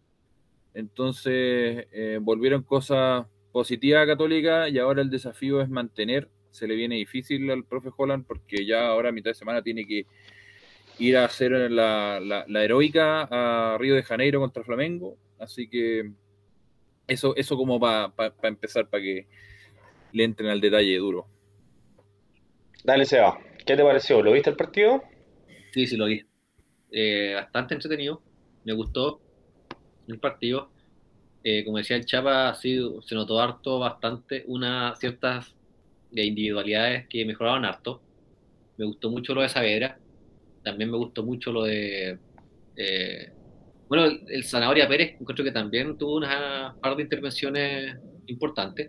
Entonces volvieron cosas positivas a Católica y ahora el desafío es mantener. Se le viene difícil al profe Holland porque ya ahora a mitad de semana tiene que ir a hacer la heroica a Río de Janeiro contra Flamengo. Así que eso como para empezar, para que le entren al detalle duro. Dale Seba, ¿qué te pareció? ¿Lo viste el partido? Sí, sí lo vi. Bastante entretenido. Me gustó el partido. Como decía el Chapa, sí, se notó harto, bastante, ciertas individualidades que mejoraron harto. Me gustó mucho lo de Saavedra. También me gustó mucho lo de... eh, bueno, el Zanahoria Pérez, encuentro que también tuvo una par de intervenciones importantes.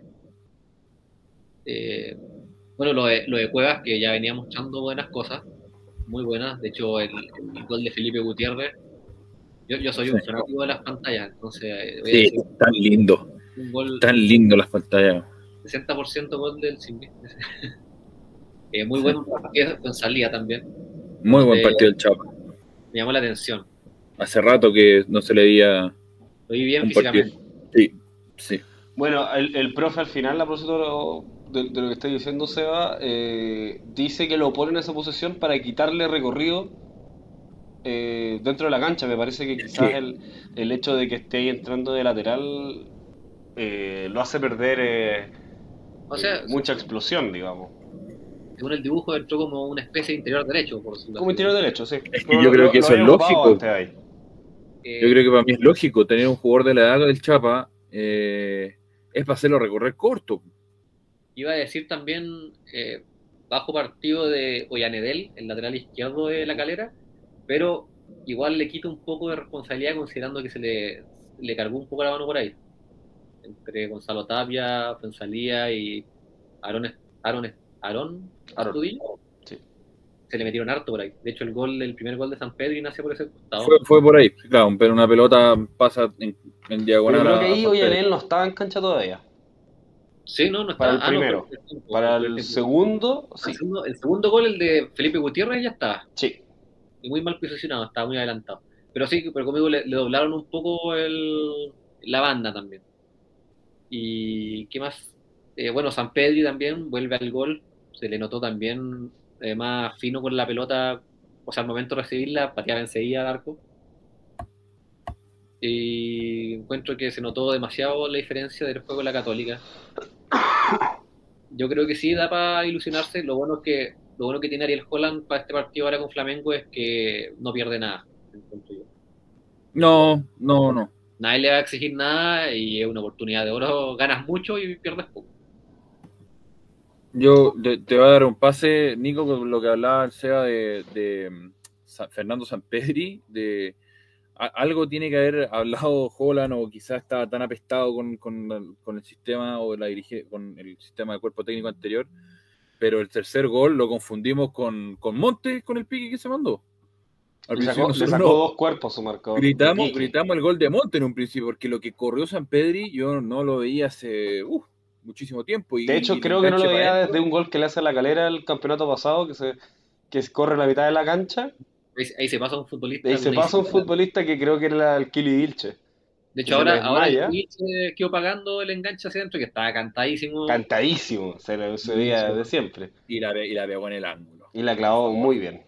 Eh, bueno, lo de Cuevas, que ya venía mostrando buenas cosas, muy buenas. De hecho, el gol de Felipe Gutiérrez, yo soy un fanático de las pantallas, entonces voy a Sí, decir un gol tan lindo las pantallas. 60% gol del Simbi. Muy buen partido con salida también, Muy buen donde partido del Chapa. me llamó la atención. Hace rato que no se le veía Lo vi bien un partido. físicamente. Sí. Bueno, el profe al final, a propósito de lo que está diciendo Seba, dice que lo pone en esa posición para quitarle recorrido dentro de la cancha. Me parece que quizás el hecho de que esté ahí entrando de lateral lo hace perder O sea, mucha explosión, digamos. según el dibujo entró como una especie de interior derecho, por decirlo Como así. interior derecho, sí. Es que yo creo que eso es había ocupado lógico. antes ahí. Yo creo que para mí es lógico tener un jugador de la edad del Chapa, es para hacerlo recorrer corto. Iba a decir también, bajo partido de Ollanedel, el lateral izquierdo de la Calera, pero igual le quita un poco de responsabilidad considerando que le cargó un poco la mano por ahí. Entre Gonzalo Tapia, Fuenzalía y Aarón Astudillo, Sí. se le metieron harto por ahí. De hecho, el primer gol de San Pedro nace por ese costado. Fue por ahí, claro, pero una pelota pasa en diagonal. Pero creo que a ahí San Pedro. Ollanel no estaba en cancha todavía. Sí, no está. Para el No, primero. Para el segundo, sí. El segundo gol, el de Felipe Gutiérrez, ya estaba. Sí. Y muy mal posicionado, estaba muy adelantado. Pero sí, pero conmigo le doblaron un poco la banda también. Y qué más. Bueno, San Pedri también vuelve al gol. Se le notó también más fino con la pelota. O sea, al momento de recibirla, pateaba enseguida al arco. Y encuentro que se notó demasiado la diferencia del juego de la Católica. Yo creo que sí da para ilusionarse. Lo bueno que tiene Ariel Holland para este partido ahora con Flamengo es que no pierde nada, encuentro yo. No. Nadie le va a exigir nada y es una oportunidad de oro. Ganas mucho y pierdes poco. Yo te voy a dar un pase, Nico, con lo que hablaba el Seba de Fernando Sampedri, algo tiene que haber hablado Holland, o quizás estaba tan apestado con el sistema o con el sistema de cuerpo técnico anterior, pero el tercer gol lo confundimos con Montes, con el pique que se mandó. Al principio Le nosotros sacó 2 cuerpos su marcador. gritamos el gol de Montes en un principio, porque lo que corrió Sampedri yo no lo veía hace muchísimo tiempo. De hecho, creo que no lo veía desde un gol que le hace a la Calera el campeonato pasado, que corre la mitad de la cancha. Ahí se pasa un futbolista. Ahí se pasa un futbolista que creo que era el Kili Vilche. De hecho, ahora el Vilche quedó pagando el enganche hacia adentro, que estaba cantadísimo. Cantadísimo, se veía de siempre. Y la pegó en el ángulo. Y la clavó muy bien.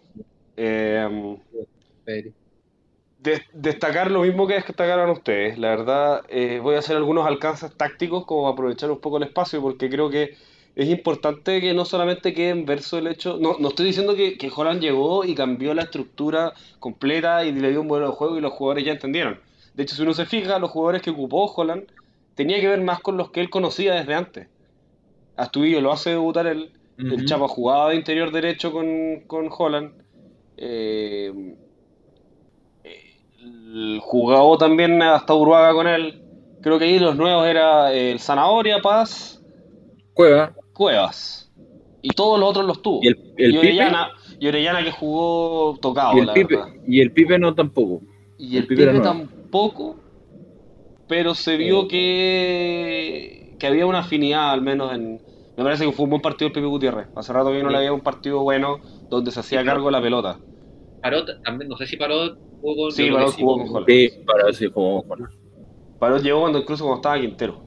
Destacar lo mismo que destacaron ustedes. La verdad, voy a hacer algunos alcances tácticos como para aprovechar un poco el espacio, porque creo que es importante que no solamente quede en verso el hecho. No estoy diciendo que Holland llegó y cambió la estructura completa y le dio un modelo de juego y los jugadores ya entendieron. De hecho, si uno se fija, los jugadores que ocupó Holland tenía que ver más con los que él conocía desde antes. Astudillo lo hace debutar él. El Chapa jugaba de interior derecho con Holland. Jugaba también hasta Uruaga con él. Creo que ahí los nuevos era el Zanahoria, Paz, Cuevas. Y todos los otros los tuvo. ¿Y Orellana que jugó tocado, verdad. Y el Pipe no tampoco. Y el Pipe tampoco, pero se vio que había una afinidad, al menos me parece que fue un buen partido el Pipe Gutiérrez. Hace rato que no le había un partido bueno donde se hacía cargo de la pelota. Parot también, no sé si Parot jugó con... Sí, Parot jugó con Holland. Sí, Parot sí jugó con Holland. Parot llegó incluso cuando estaba Quintero.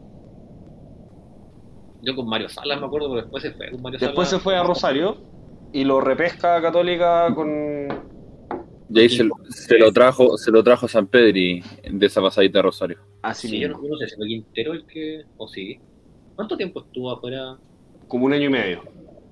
Yo con Mario Salas me acuerdo, pero después se fue con Mario Después se fue a Rosario y lo repesca a Católica con... Y ahí se lo trajo Sampedri de esa pasadita de Rosario. Así sí, mismo. Yo no sé si fue Quintero el que... ¿O sí? ¿Cuánto tiempo estuvo afuera? Como 1 año y medio.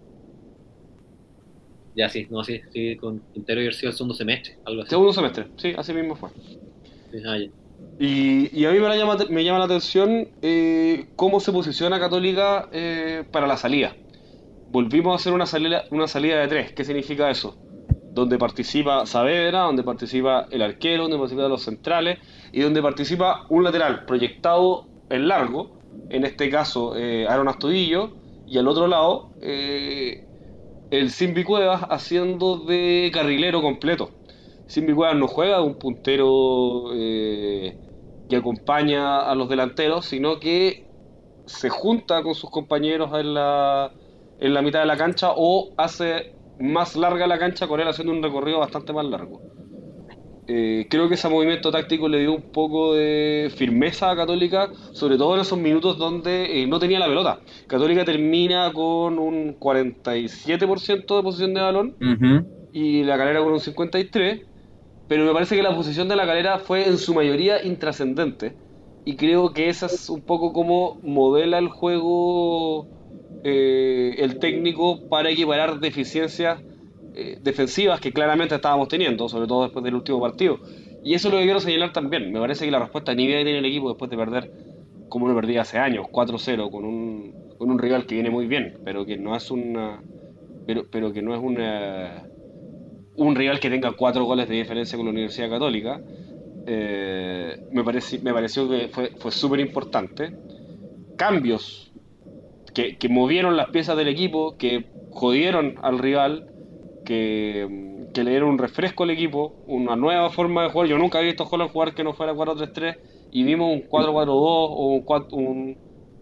Ya, sí, con Quintero y el segundo semestre, algo así. Segundo semestre, sí, así mismo fue. Sí, ya. Y a mí me llama la atención cómo se posiciona Católica para la salida. Volvimos a hacer una salida de 3. ¿Qué significa eso? Donde participa Saavedra, donde participa el arquero, donde participan los centrales y donde participa un lateral proyectado en largo, en este caso Aaron Astudillo, y al otro lado el Simbi Cuevas haciendo de carrilero completo. Simbi Cuevas no juega de un puntero que acompaña a los delanteros, sino que se junta con sus compañeros en la mitad de la cancha o hace más larga la cancha con él haciendo un recorrido bastante más largo. Creo que ese movimiento táctico le dio un poco de firmeza a Católica, sobre todo en esos minutos donde no tenía la pelota. Católica termina con un 47% de posesión de balón y la Calera con un 53%, pero me parece que la posición de la Calera fue en su mayoría intrascendente y creo que esa es un poco como modela el juego el técnico para equiparar deficiencias defensivas que claramente estábamos teniendo, sobre todo después del último partido. Y eso es lo que quiero señalar también. Me parece que la respuesta ni bien tiene el equipo después de perder, como lo perdía hace años, 4-0, con un rival que viene muy bien, pero que no es pero que no es un rival que tenga 4 goles de diferencia con la Universidad Católica. Me pareció que fue súper importante. Cambios que movieron las piezas del equipo, que jodieron al rival, que le dieron un refresco al equipo, una nueva forma de jugar. Yo nunca había visto a Holland jugar que no fuera 4-3-3 y vimos un 4-4-2 o un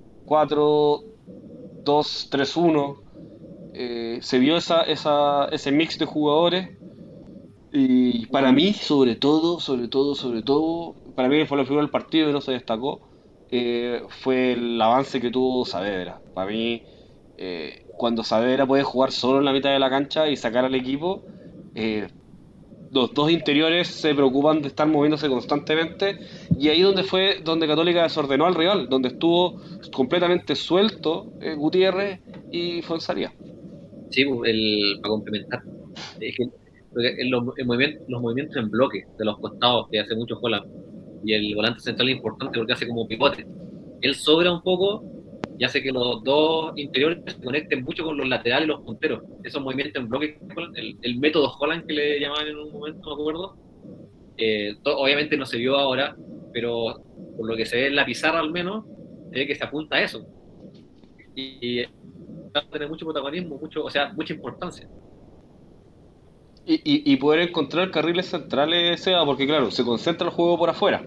4-2-3-1. Se vio ese mix de jugadores y para mí, sobre todo, para mí fue la figura del partido y no se destacó, fue el avance que tuvo Saavedra. Para mí, cuando Saavedra puede jugar solo en la mitad de la cancha y sacar al equipo, los dos interiores se preocupan de estar moviéndose constantemente y ahí donde Católica desordenó al rival, donde estuvo completamente suelto Gutiérrez y Fonsalía. Sí, para complementar, es que los movimientos en bloque de los costados que hace mucho Holland y el volante central es importante porque hace como pivote. Él sobra un poco y hace que los dos interiores se conecten mucho con los laterales y los punteros. Esos movimientos en bloque, el método Holland que le llamaban en un momento, no me acuerdo. Obviamente no se vio ahora, pero por lo que se ve en la pizarra al menos, se ve que se apunta a eso. Y va a tener mucho protagonismo, mucha importancia. Y poder encontrar carriles centrales, Seba, porque claro, se concentra el juego por afuera.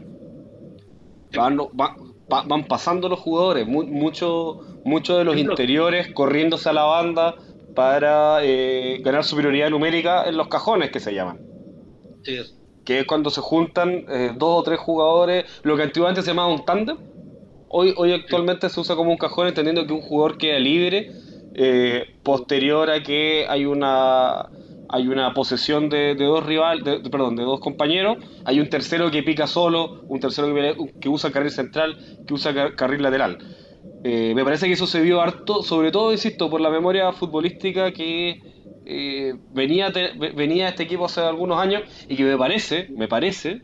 Van pasando los jugadores, muchos de los interiores corriéndose a la banda para ganar superioridad numérica en los cajones que se llaman. Sí, eso. Que es cuando se juntan dos o tres jugadores, lo que antiguamente se llamaba un tándem. Hoy actualmente se usa como un cajón, entendiendo que un jugador queda libre posterior a que hay una posesión de dos de dos compañeros, hay un tercero que pica solo, un tercero que usa carril central, que usa carril lateral. Me parece que eso se vio harto, sobre todo, insisto, por la memoria futbolística que venía este equipo hace algunos años y que me parece,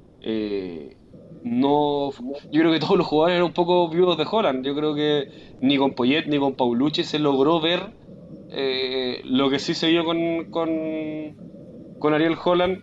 no, yo creo que todos los jugadores eran un poco vivos de Holland. Yo creo que ni con Poyet ni con Paulucci se logró ver lo que sí se vio con Ariel Holland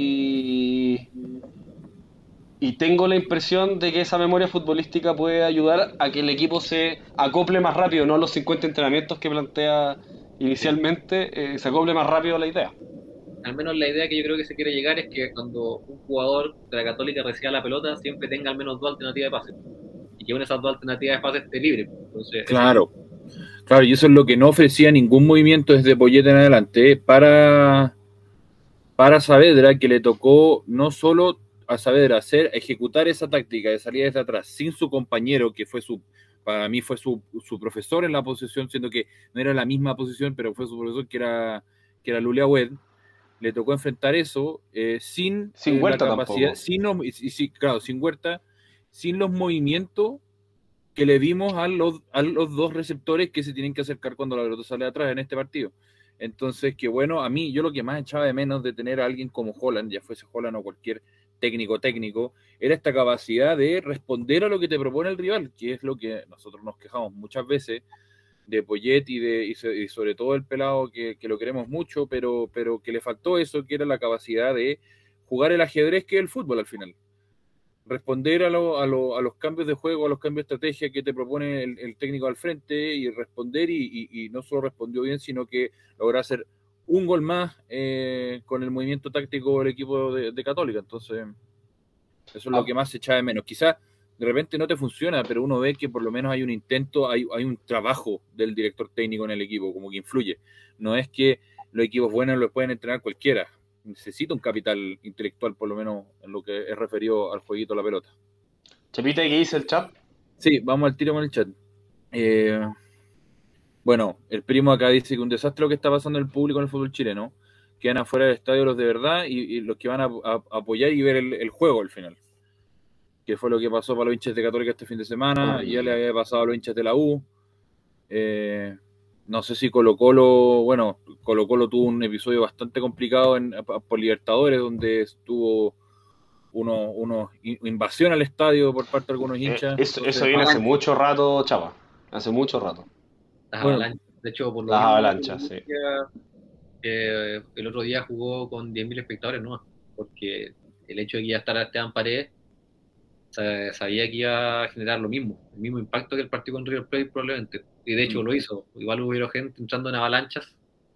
y tengo la impresión de que esa memoria futbolística puede ayudar a que el equipo se acople más rápido, no a los 50 entrenamientos que plantea inicialmente, se acople más rápido a la idea. Al menos la idea que yo creo que se quiere llegar es que cuando un jugador de la Católica reciba la pelota, siempre tenga al menos dos alternativas de pase. Y que una de esas dos alternativas de pase esté libre. Entonces, claro, y eso es lo que no ofrecía ningún movimiento desde Poyet en adelante para Saavedra, que le tocó no solo a Saavedra ejecutar esa táctica de salida desde atrás sin su compañero, que para mí fue su profesor en la posición, siendo que no era la misma posición, pero fue su profesor que era Lulia Wed. Le tocó enfrentar eso sin Huerta la capacidad, sin Huerta, sin los movimientos que le vimos a los dos receptores que se tienen que acercar cuando la pelota sale de atrás en este partido. Entonces, que bueno, a mí, yo lo que más echaba de menos de tener a alguien como Holland, ya fuese Holland o cualquier técnico, era esta capacidad de responder a lo que te propone el rival, que es lo que nosotros nos quejamos muchas veces de Poyet y sobre todo el pelado que lo queremos mucho, pero que le faltó eso, que era la capacidad de jugar el ajedrez que es el fútbol al final. Responder a los cambios de juego, a los cambios de estrategia que te propone el técnico al frente y responder y no solo respondió bien, sino que logró hacer un gol más con el movimiento táctico del equipo de Católica. Entonces, eso es lo que más se echa de menos. Quizás de repente no te funciona, pero uno ve que por lo menos hay un intento, hay un trabajo del director técnico en el equipo, como que influye. No es que los equipos buenos los pueden entrenar cualquiera. Necesita un capital intelectual, por lo menos en lo que es referido al jueguito de la pelota. Chapita, ¿qué dice el chat? Sí, vamos al tiro con el chat. Bueno, el primo acá dice que un desastre lo que está pasando en el público en el fútbol chileno. Quedan afuera del estadio los de verdad y los que van a apoyar y ver el juego al final. Que fue lo que pasó para los hinchas de Católica este fin de semana, y ya le había pasado a los hinchas de la U. No sé si Colo-Colo tuvo un episodio bastante complicado por Libertadores, donde estuvo una invasión al estadio por parte de algunos hinchas. Eso viene hace mucho rato, Chapa. Hace mucho rato. Las avalanchas. De hecho, por lo las mismo, avalanchas, sí. El otro día jugó con 10.000 espectadores, ¿no? Porque el hecho de que iba a estar Esteban Paredes, sabía que iba a generar el mismo impacto que el partido con River Plate probablemente, y de hecho lo hizo. Igual hubo gente entrando en avalanchas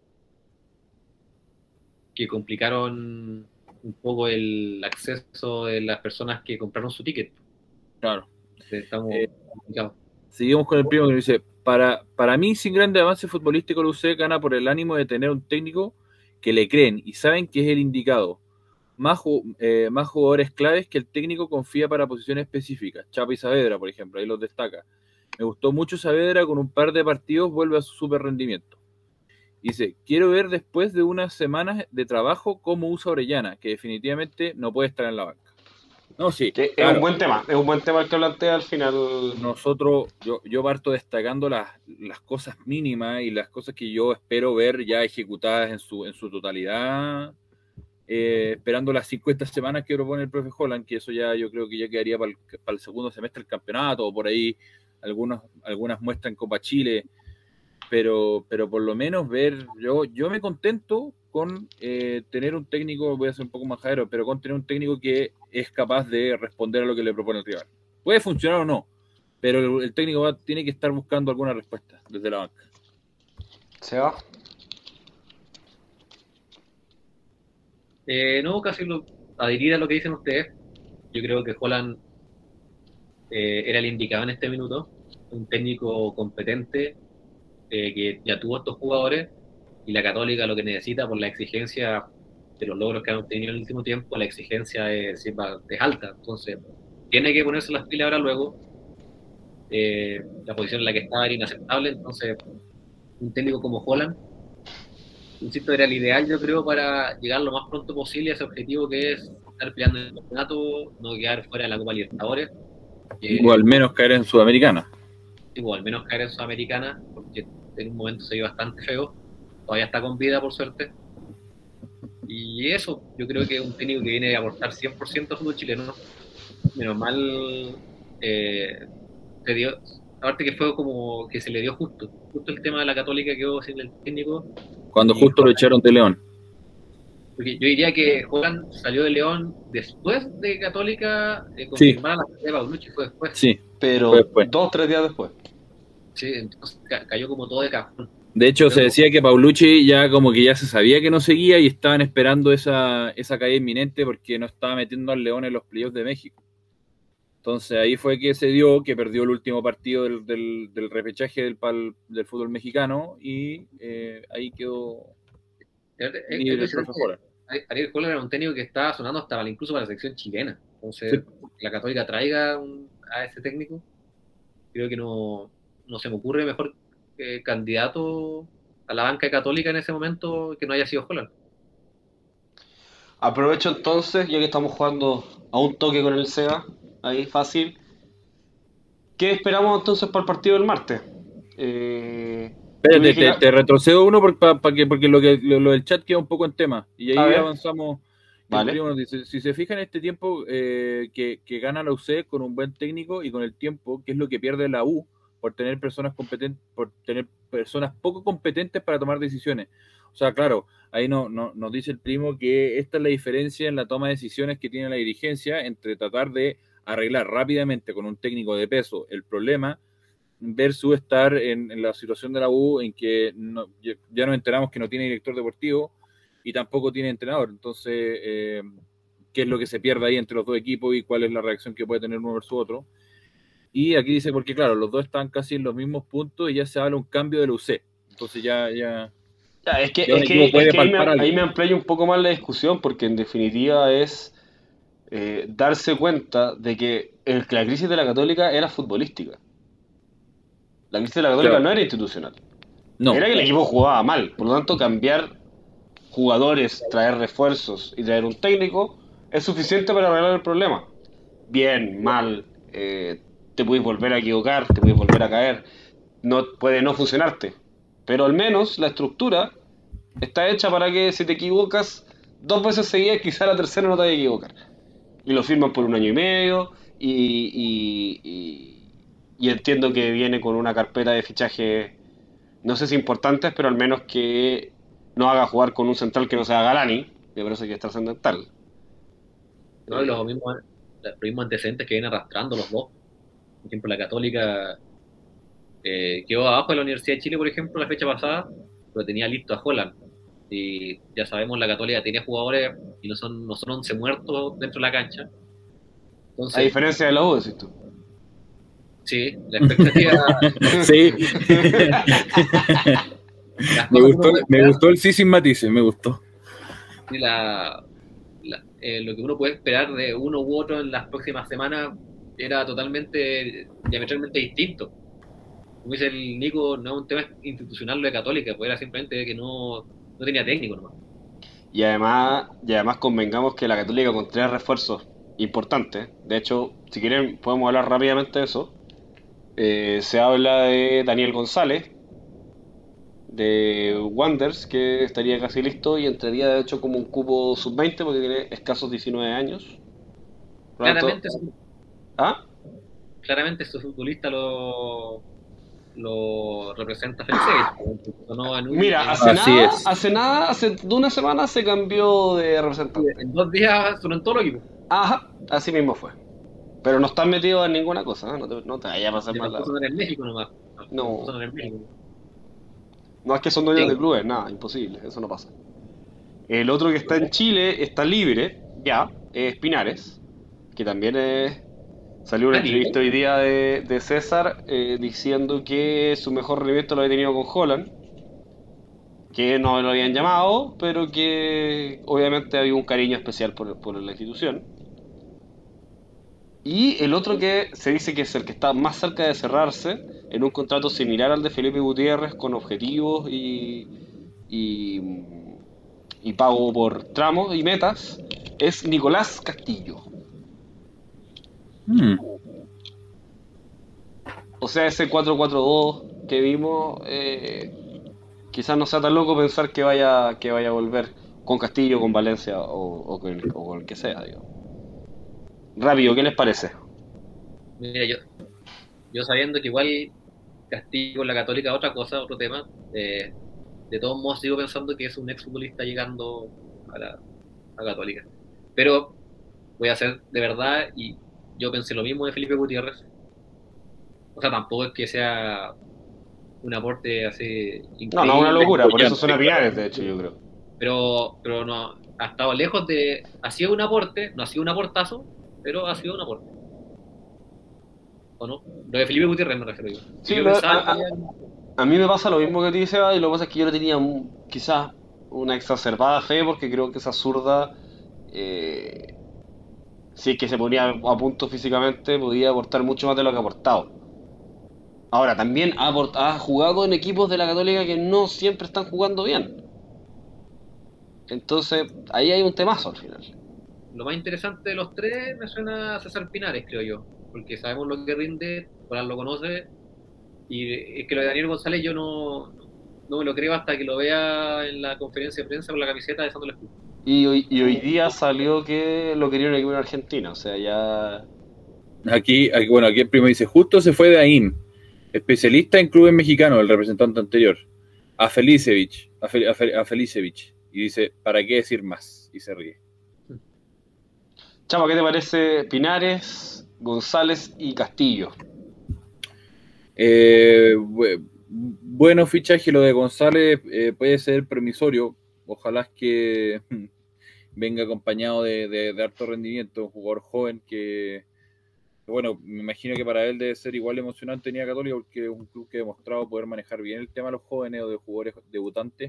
que complicaron un poco el acceso de las personas que compraron su ticket. Claro. Estamos complicados. Seguimos con el primo que dice, para mí sin grande avance futbolístico la UC gana por el ánimo de tener un técnico que le creen y saben que es el indicado. Más jugadores claves que el técnico confía para posiciones específicas. Chapa y Saavedra, por ejemplo, ahí los destaca. Me gustó mucho Saavedra, con un par de partidos vuelve a su super rendimiento. Dice, quiero ver después de unas semanas de trabajo cómo usa Orellana, que definitivamente no puede estar en la banca. No, sí. Claro. Es un buen tema el que plantea al final. Nosotros, yo parto destacando las cosas mínimas y las cosas que yo espero ver ya ejecutadas en su totalidad. Esperando las 50 semanas que propone el profe Holland, que eso ya yo creo que ya quedaría para el segundo semestre del campeonato o por ahí algunas muestras en Copa Chile, pero por lo menos yo me contento con tener un técnico, voy a ser un poco majadero, pero con tener un técnico que es capaz de responder a lo que le propone el rival. Puede funcionar o no, pero el técnico tiene que estar buscando alguna respuesta desde la banca. ¿Se va? No, casi adherir a lo que dicen ustedes. Yo creo que Holland era el indicado en este minuto, un técnico competente que ya tuvo estos jugadores, y la Católica lo que necesita por la exigencia de los logros que han obtenido en el último tiempo, la exigencia es alta, entonces tiene que ponerse las pilas ahora luego. La posición en la que estaba era inaceptable, entonces un técnico como Holland, insisto, era el ideal, yo creo, para llegar lo más pronto posible a ese objetivo que es estar peleando en el campeonato, no quedar fuera de la Copa Libertadores. O al menos caer en Sudamericana. O al menos caer en Sudamericana, porque en un momento se vio bastante feo. Todavía está con vida, por suerte. Y eso, yo creo que es un técnico que viene a aportar 100% al fútbol chileno. Menos mal, se dio, aparte que fue como que se le dio justo el tema de la Católica, quedó sin el técnico. Cuando justo lo echaron de León. Porque yo diría que Holland salió de León después de Católica, confirmar la salida de Paulucci fue después. Sí, pero 2 o 3 días después. Sí, entonces cayó como todo de cajón. De hecho, se decía que Paulucci ya como que ya se sabía que no seguía y estaban esperando esa caída inminente porque no estaba metiendo al León en los playoffs de México. Entonces ahí fue que se dio, que perdió el último partido del repechaje del fútbol mexicano y ahí quedó libre el profe Holland. Ariel Holland era un técnico que estaba sonando hasta incluso para la selección chilena. Entonces, la Católica traiga a ese técnico, creo que no se me ocurre mejor candidato a la banca católica en ese momento que no haya sido Holland. Aprovecho entonces, ya que estamos jugando a un toque con el Seba, ahí fácil. ¿Qué esperamos entonces para el partido del martes? Espérate, te retrocedo uno porque lo del chat queda un poco en tema y ahí avanzamos. Vale. Primo dice, si se fijan este tiempo que gana la UC con un buen técnico y con el tiempo, que es lo que pierde la U por tener personas poco competentes para tomar decisiones. O sea, claro, ahí nos dice el primo que esta es la diferencia en la toma de decisiones que tiene la dirigencia entre tratar de arreglar rápidamente con un técnico de peso el problema versus estar en la situación de la U en que ya nos enteramos que no tiene director deportivo y tampoco tiene entrenador. Entonces, ¿qué es lo que se pierde ahí entre los dos equipos y cuál es la reacción que puede tener uno versus otro? Y aquí dice, porque claro, los dos están casi en los mismos puntos y ya se habla un cambio de la UC. Entonces es que ahí me amplía un poco más la discusión, porque en definitiva es darse cuenta de que la crisis de la Católica era futbolística. La crisis de la Católica no era institucional. Era que el equipo jugaba mal. Por lo tanto, cambiar jugadores, traer refuerzos y traer un técnico es suficiente para arreglar el problema. Bien, mal, te puedes volver a equivocar, te puedes volver a caer, puede no funcionarte, pero al menos la estructura está hecha para que si te equivocas 2 veces seguidas, quizá la tercera no te vayas a equivocar. Y lo firman por 1 año y medio y entiendo que viene con una carpeta de fichaje, no sé si importantes, pero al menos que no haga jugar con un central que no sea Galani, me parece que es trascendental. No, y los mismos antecedentes que vienen arrastrando los dos. Por ejemplo, la Católica quedó abajo de la Universidad de Chile, por ejemplo, la fecha pasada, pero tenía listo a Holland. Y ya sabemos, la Católica tenía jugadores y no son 11 muertos dentro de la cancha. Entonces, a diferencia de la U, decís tú. Sí, la expectativa... sí. me gustó el sí sin matices, me gustó. Sí, lo que uno puede esperar de uno u otro en las próximas semanas era diametralmente distinto. Como dice el Nico, no es un tema institucional lo de Católica, pues era simplemente que no tenía técnico nomás. Y además convengamos que la Católica con 3 refuerzos importantes, de hecho, si quieren podemos hablar rápidamente de eso. Se habla de Daniel González, de Wanderers, que estaría casi listo y entraría de hecho como un cupo sub-20 porque tiene escasos 19 años. Claramente, claramente su futbolista lo representa Felicevich. No, Mira, Así es. hace de una semana se cambió de representante. en 2 días sonó en todo el equipo. Ajá, así mismo fue. Pero no están metidos en ninguna cosa, ¿eh? No te vayas a pasar Le mal. faltó sonar en México nomás. No. Le faltó sonar en México. No es que son dueños Sí. de clubes, nada, imposible, eso no pasa. El otro que está en Chile está libre, ya, es Pinares, que también salió una ¿Está libre? entrevista hoy día de César diciendo que su mejor rendimiento lo había tenido con Holland, que no lo habían llamado, pero que obviamente había un cariño especial por la institución. Y el otro que se dice que es el que está más cerca de cerrarse, en un contrato similar al de Felipe Gutiérrez, con objetivos y, y pago por tramos y metas, es Nicolás Castillo. Mm. O sea, ese 4-4-2 que vimos, quizás no sea tan loco pensar que vaya a volver con Castillo, con Valencia o con el que sea, digo. Rápido, ¿qué les parece? Mira, yo sabiendo que igual Castillo con la Católica es otra cosa, otro tema, de todos modos sigo pensando que es un exfutbolista llegando a Católica. Pero voy a ser de verdad, y yo pensé lo mismo de Felipe Gutiérrez. O sea, tampoco es que sea un aporte así No, no, una increíble, locura, por eso suena Bollante, claro. Pinares, de hecho, yo creo. pero no, ha estado lejos de... Ha sido un aporte, no ha sido un aportazo, pero ha sido un aporte. ¿O no? Lo de Felipe Gutiérrez me refiero yo. Sí, Yo pensaba que a mí me pasa lo mismo que a ti, Seba, y lo que pasa es que yo le tenía quizás una exacerbada fe porque creo que esa zurda, eh, si es que se ponía a punto físicamente, podía aportar mucho más de lo que ha aportado. Ahora, también ha jugado en equipos de la Católica que no siempre están jugando bien. Entonces, ahí hay un temazo al final. lo más interesante de los tres me suena a César Pinares, creo yo. Porque sabemos lo que rinde, Corán lo conoce. Y es que lo de Daniel González yo no me lo creo hasta que lo vea en la conferencia de prensa con la camiseta de Santo Escudo. Y hoy día salió que lo quería un equipo en Argentina, o sea, ya... Bueno, aquí el primo dice, justo se fue de AIM, especialista en clubes mexicanos, el representante anterior, a Felicevich, a Felicevich, y dice, ¿para qué decir más? Y se ríe. Chama, ¿qué te parece Pinares, González y Castillo? Bueno fichaje lo de González, puede ser promisorio, ojalá es que venga acompañado de harto rendimiento, un jugador joven que, bueno, me imagino que para él debe ser igual emocionante venir a Católica porque es un club que ha demostrado poder manejar bien el tema de los jóvenes o de jugadores debutantes.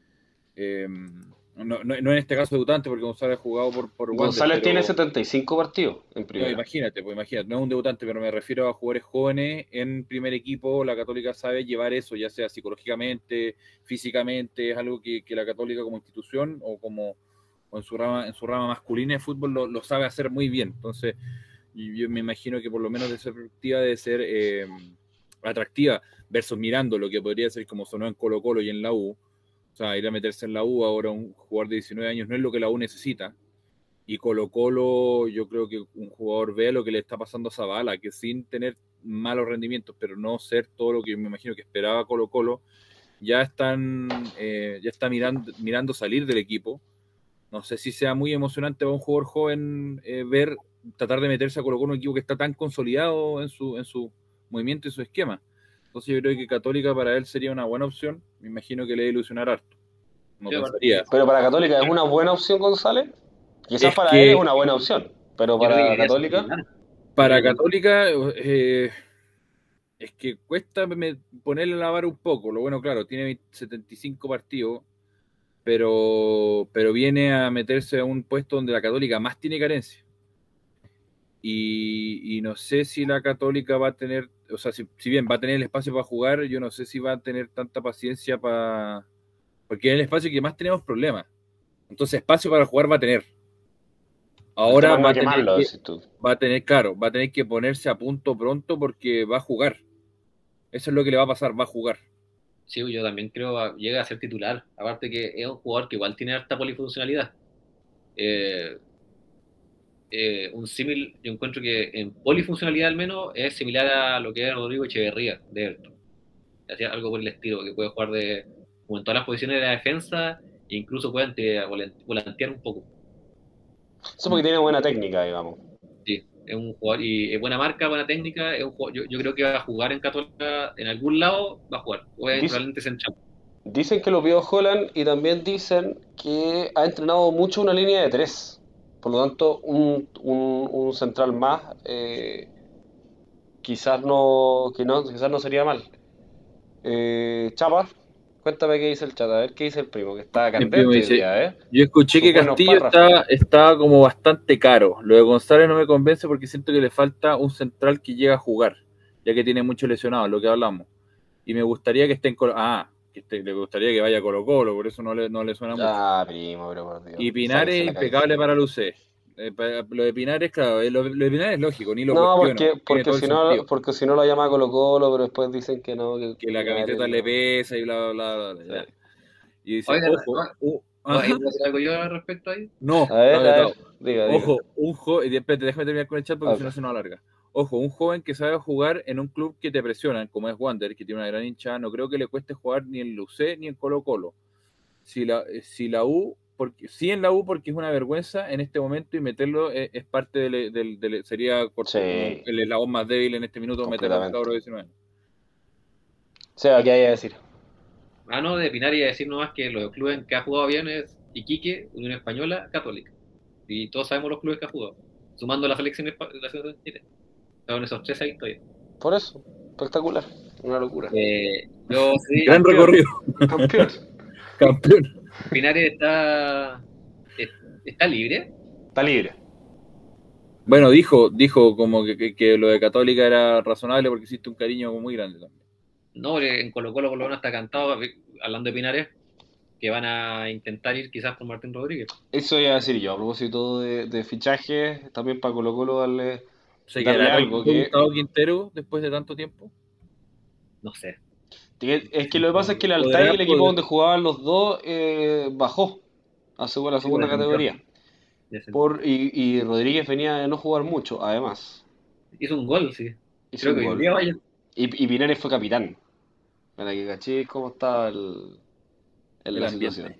No en este caso debutante porque González ha jugado por Wander, González tiene pero 75 partidos en no, primera. imagínate, no es un debutante, pero me refiero a jugadores jóvenes en primer equipo. La Católica sabe llevar eso, ya sea psicológicamente, físicamente, es algo que la Católica como institución o en su rama masculina de fútbol lo sabe hacer muy bien. Entonces, yo me imagino que por lo menos de esa perspectiva debe ser atractiva versus mirando lo que podría ser como sonó en Colo-Colo y en la U. O sea, ir a meterse en la U ahora un jugador de 19 años no es lo que la U necesita. Y Colo-Colo, yo creo que un jugador ve lo que le está pasando a Zavala, que sin tener malos rendimientos, pero no ser todo lo que me imagino que esperaba Colo-Colo, ya está mirando salir del equipo. No sé si sea muy emocionante para un jugador joven tratar de meterse a Colo-Colo, un equipo que está tan consolidado en su movimiento y su esquema. Entonces yo creo que Católica para él sería una buena opción. Me imagino que le debe ilusionar harto. No Yo, pensaría. Pero para Católica es una buena opción González. Quizás Es para él es que una buena opción, pero yo creo que para quería ser Católica, titular. para Católica es que cuesta ponerle la vara un poco. Lo bueno, claro, tiene 75 partidos, pero viene a meterse a un puesto donde la Católica más tiene carencia. Y no sé si la Católica va a tener, o sea, si bien va a tener el espacio para jugar, yo no sé si va a tener tanta paciencia para... Porque es el espacio que más tenemos problemas. Entonces, espacio para jugar va a tener. el tema Ahora es no quemarlo, decís tú. va a tener que ponerse a punto pronto porque va a jugar. Eso es lo que le va a pasar, va a jugar. Sí, yo también creo que llega a ser titular. Aparte que es un jugador que igual tiene harta polifuncionalidad. Eh, un símil, yo encuentro que en polifuncionalidad al menos es similar a lo que era Rodrigo Echeverría de Everton. Hacía algo por el estilo, que puede jugar como en todas las posiciones de la defensa e incluso puede volantear un poco. Eso porque tiene buena técnica, digamos. Sí, es un jugador y es buena marca, buena técnica. Es un jugador, yo creo que va a jugar en Católica, en algún lado va a jugar, o es probablemente central. Dicen que lo vio Holland y también dicen que ha entrenado mucho una línea de 3. Por lo tanto, un central más quizás no sería mal. Chapa, cuéntame qué dice el chat, a ver qué dice el primo, que está Mi primo candente hoy dice, día, ¿eh? yo escuché Sus que buenos Castillo párrafos. está como bastante caro. Lo de González no me convence porque siento que le falta un central que llegue a jugar, ya que tiene muchos lesionados, lo que hablamos. Y me gustaría que esté en le gustaría que vaya a Colo-Colo, por eso no le suena mucho. Ah, primo, pero por Dios. Y Pinares, impecable para Lucé. Lo de Pinares, claro, lo de Pinares es lógico, ni lo No, cuestiono. Tiene todo el sentido. porque si no lo llama Colo Colo, pero después dicen que no, Que la camiseta le pesa y bla, bla, bla, bla, bla. Sí. Y dice, Oigan, ojo, ¿puedo decir algo yo al respecto ahí? no, A ver, vetado. diga. Ojo, un joven, espérate, déjame terminar con el chat porque Ok. si no se nos alarga. Ojo, un joven que sabe jugar en un club que te presionan, como es Wander, que tiene una gran hinchada, no creo que le cueste jugar ni en Lucé ni en Colo Colo. Si la U, sí en la U porque es una vergüenza en este momento y meterlo es parte sería como Sí. el eslabón más débil en este minuto, meterlo a un cabro de 19 años. Seba, ¿qué hay a decir? No, de Pinares y decir nomás que los clubes que ha jugado bien es Iquique, Unión Española, Católica. Y todos sabemos los clubes que ha jugado. Sumando la selección de Chile. Estaban esos 3 ahí todavía. Por eso, espectacular, una locura. Yo sí, Gran recorrido. Campeón. Campeón. Pinares está libre. Está libre. Bueno, dijo como que lo de Católica era razonable porque existe un cariño muy grande también. No, en Colo-Colo por lo menos está cantado, hablando de Pinares, que van a intentar ir quizás por Martín Rodríguez. Eso iba a decir yo, a propósito de fichaje, también para Colo Colo darle algo que... Gustavo Quintero después de tanto tiempo? No sé. Es que lo que pasa es que el Altai, el equipo donde jugaban los dos, bajó a la segunda categoría. Y Rodríguez venía de no jugar mucho, además. Hizo un gol, sí. Hizo un gol. Vaya. Y Pinares fue capitán. Para que caché cómo estaba la situación.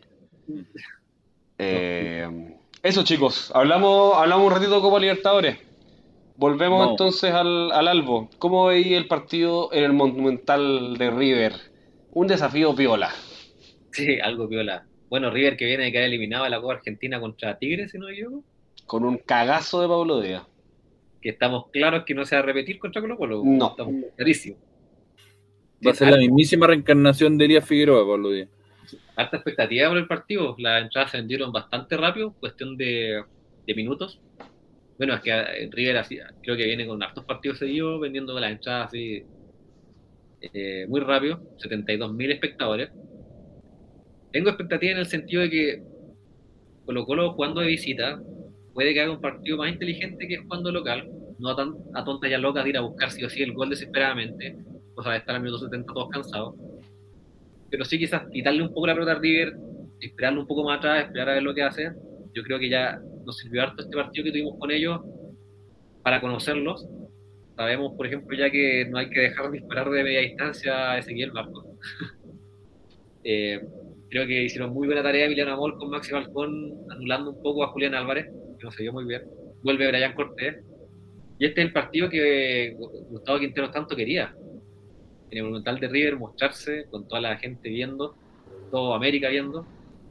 Eso, chicos. Hablamos un ratito de Copa Libertadores. Volvemos entonces al Albo. ¿Cómo veis el partido en el Monumental de River? Un desafío piola. Sí, algo piola. Bueno, River que viene de quedar eliminado a la Copa Argentina contra Tigres, si no me equivoco. Con un cagazo de Pablo Díaz. Que estamos claros que no se va a repetir contra Colo-Colo. No. Estamos clarísimos. Va a ser la mismísima reencarnación de Elías Figueroa, Pablo Díaz. Harta expectativa por el partido. Las entradas se vendieron bastante rápido, cuestión de minutos. Bueno, es que River creo que viene con hartos partidos seguidos, vendiendo las entradas así muy rápido, 72.000 espectadores. Tengo expectativa en el sentido de que Colo-Colo jugando de visita puede que haga un partido más inteligente que jugando local, no tan a tontas ya locas de ir a buscar sí o sí el gol desesperadamente, cosa de estar al minuto 70 todos cansados. Pero sí quizás quitarle un poco la pelota a River, esperarlo un poco más atrás, esperar a ver lo que hace. Yo creo que ya nos sirvió harto este partido que tuvimos con ellos para conocerlos. Sabemos, por ejemplo, ya que no hay que dejar disparar de media distancia a Ezequiel Barco. Creo que hicieron muy buena tarea Emiliano Amor con Maxi Falcón, anulando un poco a Julián Álvarez, que no se vio muy bien. Vuelve Brian Cortés. Y este es el partido que Gustavo Quintero tanto quería. En el Monumental de River, mostrarse con toda la gente viendo, todo América viendo.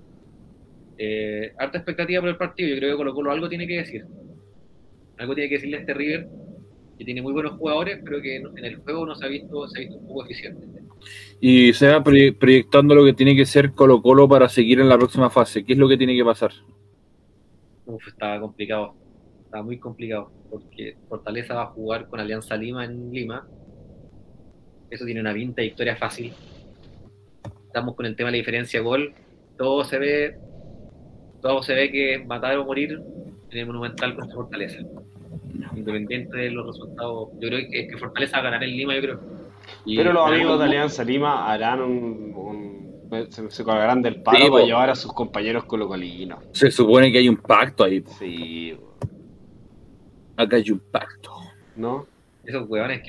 Harta expectativa por el partido. Yo creo que Colo-Colo algo tiene que decir. Algo tiene que decirle a este River, que tiene muy buenos jugadores, pero que en el juego no se ha visto un poco eficiente. Y se va proyectando lo que tiene que ser Colo-Colo para seguir en la próxima fase. ¿Qué es lo que tiene que pasar? Estaba complicado. Estaba muy complicado, porque Fortaleza va a jugar con Alianza Lima en Lima. Eso tiene una pinta de victoria fácil. Estamos con el tema de la diferencia de gol. Todo se ve que es matar o morir en el Monumental contra Fortaleza. Independiente de los resultados, yo creo que Fortaleza va a ganar en Lima, yo creo. Pero los amigos de Alianza Lima harán se colgarán del palo para llevar a sus compañeros colocolinos. Se supone que hay un pacto ahí. Sí. Acá hay un pacto. ¿no? Esos huevones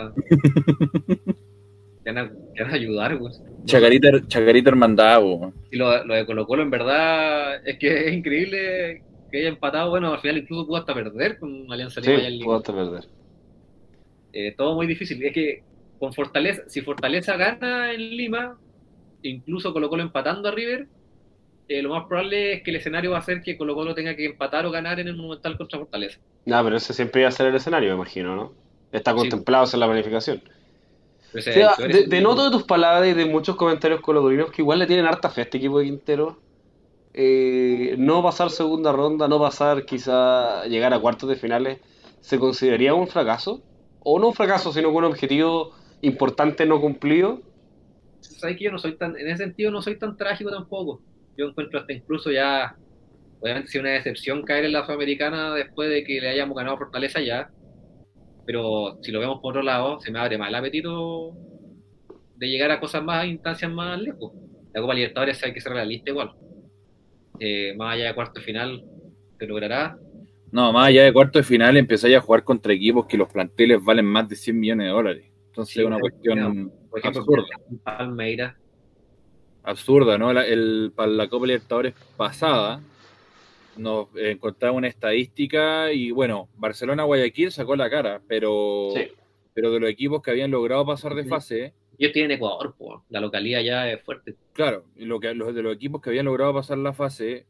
que van a ayudar, güey. Chacarita hermandad, weón. Y lo de Colo Colo en verdad es que es increíble que haya empatado. Bueno, al final incluso pudo hasta perder con Alianza Lima allá en Sí, Lima. puedo hasta perder. Todo muy difícil. Es que con Fortaleza, si Fortaleza gana en Lima, incluso Colo Colo empatando a River, lo más probable es que el escenario va a ser que Colo Colo tenga que empatar o ganar en el Monumental contra Fortaleza. No, pero ese siempre iba a ser el escenario, me imagino, ¿no? Está Sí. contemplado en la planificación. Pero O sea, el peor es denoto de tus palabras y de muchos comentarios colocolinos que igual le tienen harta fe a este equipo de Quintero. No pasar segunda ronda, no pasar quizá llegar a cuartos de finales, ¿se consideraría un fracaso? O no un fracaso, sino que un objetivo importante no cumplido. ¿sabes que yo no soy tan, en ese sentido no soy tan trágico tampoco? Yo encuentro hasta incluso ya, obviamente si una decepción caer en la Sudamericana después de que le hayamos ganado a Fortaleza ya, pero si lo vemos por otro lado, se me abre más el apetito de llegar a cosas más, instancias más lejos. La Copa Libertadores hay que ser realista igual. Más allá de cuarto de final, se logrará. No, más allá de cuarto de final empezáis a jugar contra equipos que los planteles valen más de 100 millones de dólares. Entonces Sí, es una cuestión por ejemplo, absurda. Palmeiras. Absurda, ¿no? Para la Copa Libertadores pasada nos encontraba una estadística y bueno, Barcelona-Guayaquil sacó la cara, pero Sí. de los equipos que habían logrado pasar de fase, Ellos tienen Ecuador, po. La localidad ya es fuerte. claro, los de los equipos que habían logrado pasar la fase,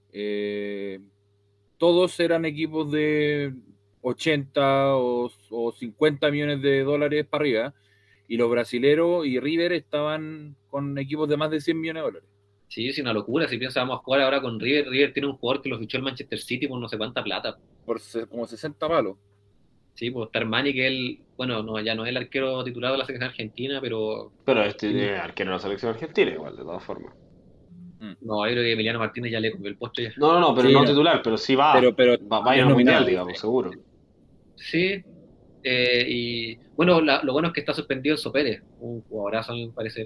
todos eran equipos de 80 o 50 millones de dólares para arriba, y los brasileros y River estaban con equipos de más de 100 millones de dólares. Sí, es una locura. Si piensas, vamos a jugar ahora con River. River tiene un jugador que lo fichó el Manchester City por no sé cuánta plata. Por como 60 palos. Sí, pues está Armani, que él, bueno, no, ya no es el arquero titular de la selección argentina, pero Pero este arquero de la selección argentina igual, de todas formas. no, yo creo que Emiliano Martínez ya le comió el puesto ya. No, pero Sí, no no. titular, pero sí va. Pero va a ir es al mundial, nominado. digamos, seguro. Sí, y bueno, lo bueno es que está suspendido el Pérez, un jugadorazo a mi parecer.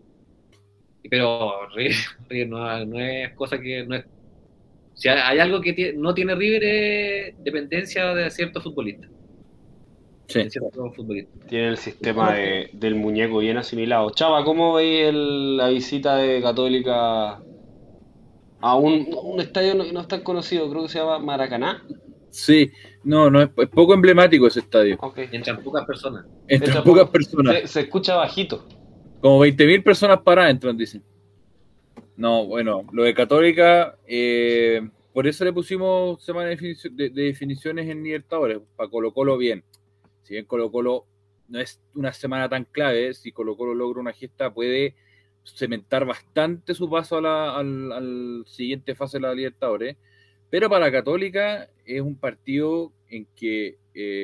Pero River no es cosa que no es. Si hay algo que no tiene River es dependencia de ciertos futbolistas. Sí. De ciertos futbolistas. Tiene el sistema del muñeco bien asimilado. Chava, ¿cómo veis la visita de Católica a un estadio que no es tan conocido? Creo que se llama Maracaná. Sí, no es poco emblemático ese estadio. Okay. Entran pocas personas. Entran pocas personas. Se escucha bajito. Como 20.000 personas para entran, dicen. No, bueno, lo de Católica, por eso le pusimos semana de definiciones en Libertadores, para Colo Colo bien. Si bien Colo Colo no es una semana tan clave, si Colo Colo logra una gesta puede cementar bastante su paso al siguiente fase de la Libertadores. Pero para Católica es un partido en que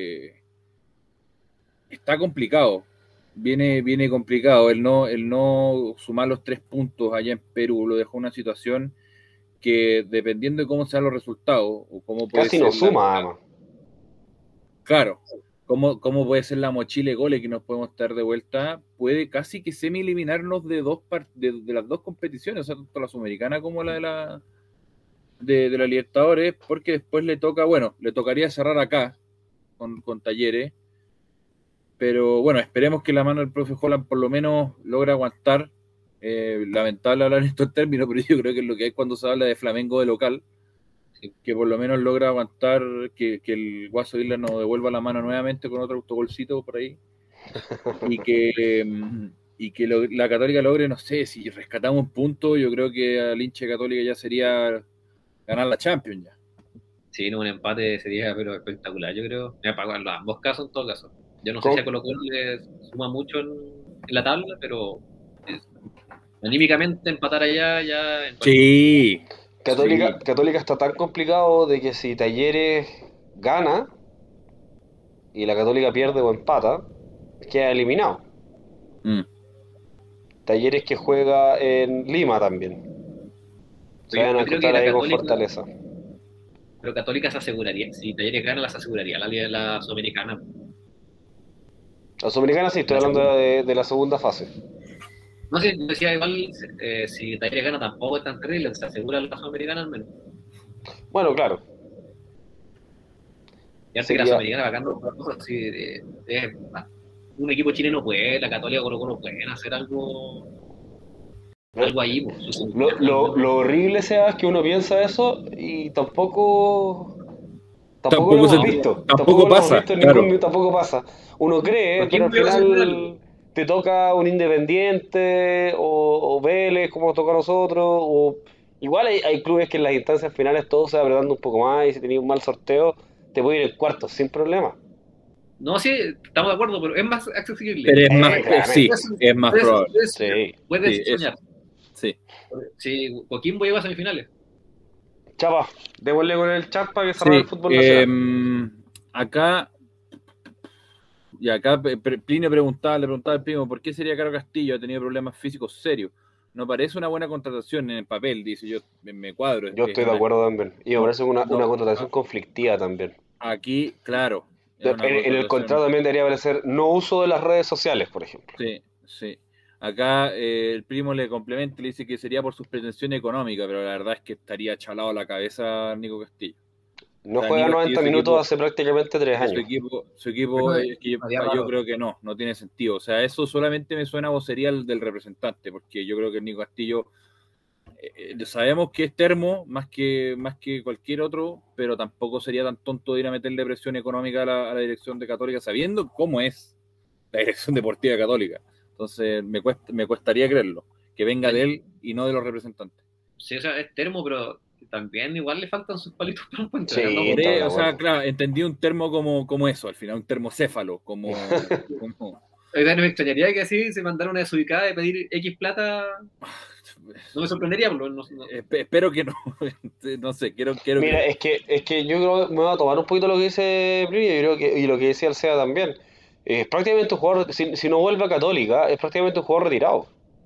está complicado. Viene complicado. El no sumar los 3 puntos allá en Perú lo dejó una situación que, dependiendo de cómo sean los resultados, o cómo puede Casi ser no suma, además. Claro, cómo puede ser la mochila de goles que nos podemos estar de vuelta, puede casi que semi-eliminarnos de las dos competiciones, o sea, tanto la Sudamericana como la de la Libertadores, porque después le tocaría cerrar acá con Talleres. Pero bueno, esperemos que la mano del profe Holland por lo menos logre aguantar. Lamentable hablar en estos términos, pero yo creo que es lo que hay cuando se habla de Flamengo de local, que por lo menos logra aguantar que el Guaso Isla nos devuelva la mano nuevamente con otro autogolcito por ahí, y que la Católica logre, no sé, si rescatamos un punto, yo creo que al hincha Católica ya sería ganar la Champions ya. Sí, no, un empate sería pero espectacular, yo creo. Para ambos casos, en todo caso. Yo no sé si a Colo Colo le suma mucho en la tabla, pero anímicamente empatar allá ya... Sí. Católica está tan complicado de que si Talleres gana y la Católica pierde o empata, queda eliminado. Talleres que juega en Lima también. Se van a enfrentar ahí con Fortaleza. Pero Católica se aseguraría, si Talleres gana, las aseguraría la Sudamericana. La Sudamericana sí, estoy hablando de la segunda fase. No sé, decía igual, si Talleres gana tampoco es tan terrible, se asegura la Sudamericana al menos. Bueno, claro. Y antes que la Sería- Sudamericana bacano, así, un equipo chileno puede, la Católica Colo Colo pueden hacer algo ahí, pues, Lo horrible sea es que uno piensa eso y tampoco lo Tampoco, hemos visto. tampoco Tampoco lo hemos pasa, visto en ningún claro. minuto, tampoco pasa. Uno cree, pero al Coquimbo llegó a semifinales. final te toca un Independiente o Vélez, como nos tocó a nosotros. O... Igual hay clubes que en las instancias finales todo se va apretando un poco más y si tenías un mal sorteo, te puede ir en cuartos sin problema. No, sí, estamos de acuerdo, pero es más accesible. Pero es más, sí, Claramente. es más probable. Sí. Puedes Sí, eso. soñar. Sí. Si Coquimbo llegó a semifinales. Chapa, démosle con el chat para que Sí, cerrar el fútbol nacional. acá, y acá Plinio le preguntaba al primo, ¿por qué sería Caro Castillo? Ha tenido problemas físicos serios. No parece una buena contratación en el papel, dice yo, me cuadro. Yo estoy de acuerdo también. Y me no, parece una no, contratación conflictiva también. aquí, claro, es una En el contratación. contrato también debería aparecer no uso de las redes sociales, por ejemplo. Sí, sí. Acá el primo le complementa y le dice que sería por sus pretensiones económicas, pero la verdad es que estaría chalado la cabeza Nico Castillo. No O sea, juega Nico 90 Castillo, minutos hace prácticamente 3 su años. equipo es que Había yo raro. creo que no tiene sentido. O sea, eso solamente me suena a vocería del representante, porque yo creo que Nico Castillo sabemos que es termo más que cualquier otro, pero tampoco sería tan tonto de ir a meterle presión económica a la dirección de Católica, sabiendo cómo es la dirección deportiva de Católica. Entonces me cuestaría creerlo, que venga de él y no de los representantes. Sí, o sea, es termo, pero también igual le faltan sus palitos para un puente. Sí, ¿no? estoy de O sea, acuerdo. claro, entendí un termo como eso, al final, un termocéfalo, como O sea, no me extrañaría que así se mandara una desubicada de pedir X plata. No me sorprendería, por lo menos. espero que no. No sé, quiero Mira, creer. es que yo creo que me voy a tomar un poquito lo que dice Plinio y, creo y lo que decía el SEA también. Es prácticamente un jugador, si no vuelve a Católica, es prácticamente un jugador retirado.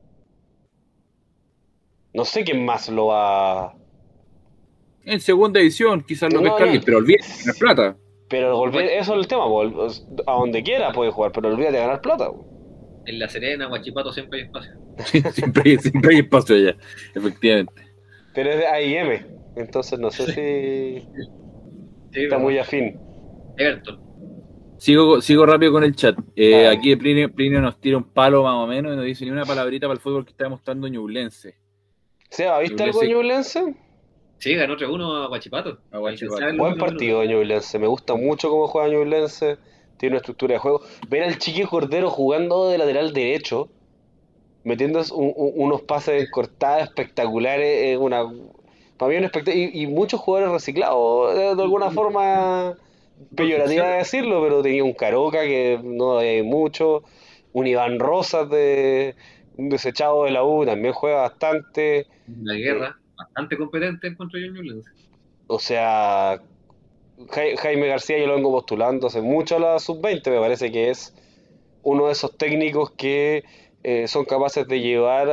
No sé quién más lo va. En segunda edición, quizás lo pesca alguien, pero olvídate de ganar plata. Pero eso es el tema, a donde quiera puede jugar, pero olvídate de ganar plata. En La Serena, Guachipato siempre hay espacio. Siempre hay espacio allá, efectivamente. Pero es de AIM, entonces no sé si Sí, está pero muy afín. Everton. Sigo rápido con el chat. Dale. Aquí Plinio nos tira un palo más o menos y nos dice ni una palabrita para el fútbol que está mostrando Ñublense. Seba, ¿viste algo de Ñublense? Sí, ganó 3-1 a Guachipato. A Guachipato. Buen partido de Ñublense, me gusta mucho cómo juega Ñublense, tiene una estructura de juego. Ver al Chiqui Cordero jugando de lateral derecho, metiendo unos pases cortadas espectaculares, para mí un espectáculo. Y muchos jugadores reciclados, de alguna forma peyorativa de decirlo, pero tenía un Caroca que no hay mucho, un Iván Rosas un desechado de la U, también juega bastante. La guerra, bastante competente en contra de Ñublense. O sea, Jaime García yo lo vengo postulando hace mucho a la sub-20, me parece que es uno de esos técnicos que son capaces de llevar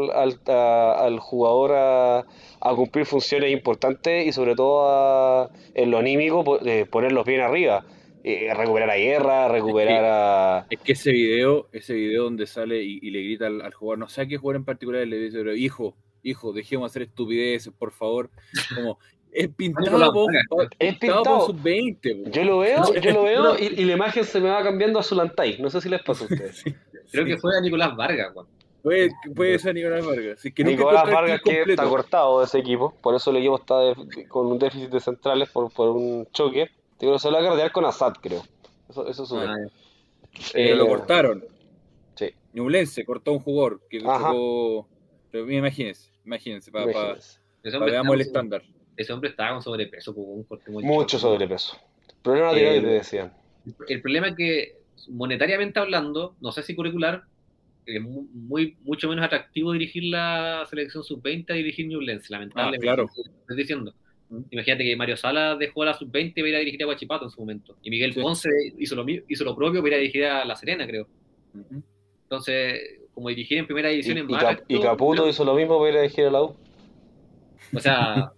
al jugador a cumplir funciones importantes y sobre todo en lo anímico ponerlos bien arriba. Recuperar a Guerra, recuperar a... Es que ese video donde sale y le grita al jugador, no sé a qué jugador en particular, le dice, pero hijo, dejemos de hacer estupideces, por favor. Como, es pintado Es por pintado. sub-20. Yo lo veo y la imagen se me va cambiando a Zulantay. No sé si les pasa a ustedes. Creo que fue a Nicolás Vargas, Juan. Puede ser Nicolás Vargas. Si es que nunca Nicolás encontré el Vargas clip que completo. está cortado de ese equipo, por eso el equipo está con un déficit de centrales por un choque. Digo, se lo va a cardear con Assad, creo. Eso supe. Pero lo cortaron. Sí. Ñublense cortó un jugador que Ajá. tocó. Pero imagínense, para Imagínense. veamos el estándar. Ese hombre estaba con sobrepeso, con un corte muy Mucho choco. sobrepeso. Problema de tiroides, decían. El problema es que, monetariamente hablando, no sé si curricular, es mucho menos atractivo dirigir la selección sub-20 a dirigir Ñublense, lamentablemente. Claro. Estoy diciendo. Imagínate que Mario Sala dejó a la sub-20 para ir a dirigir a Guachipato en su momento. Y Miguel Ponce hizo lo propio para ir a dirigir a La Serena, creo. Entonces, como dirigir en primera división en más. Y Caputo hizo lo mismo para ir a dirigir a la U. O sea,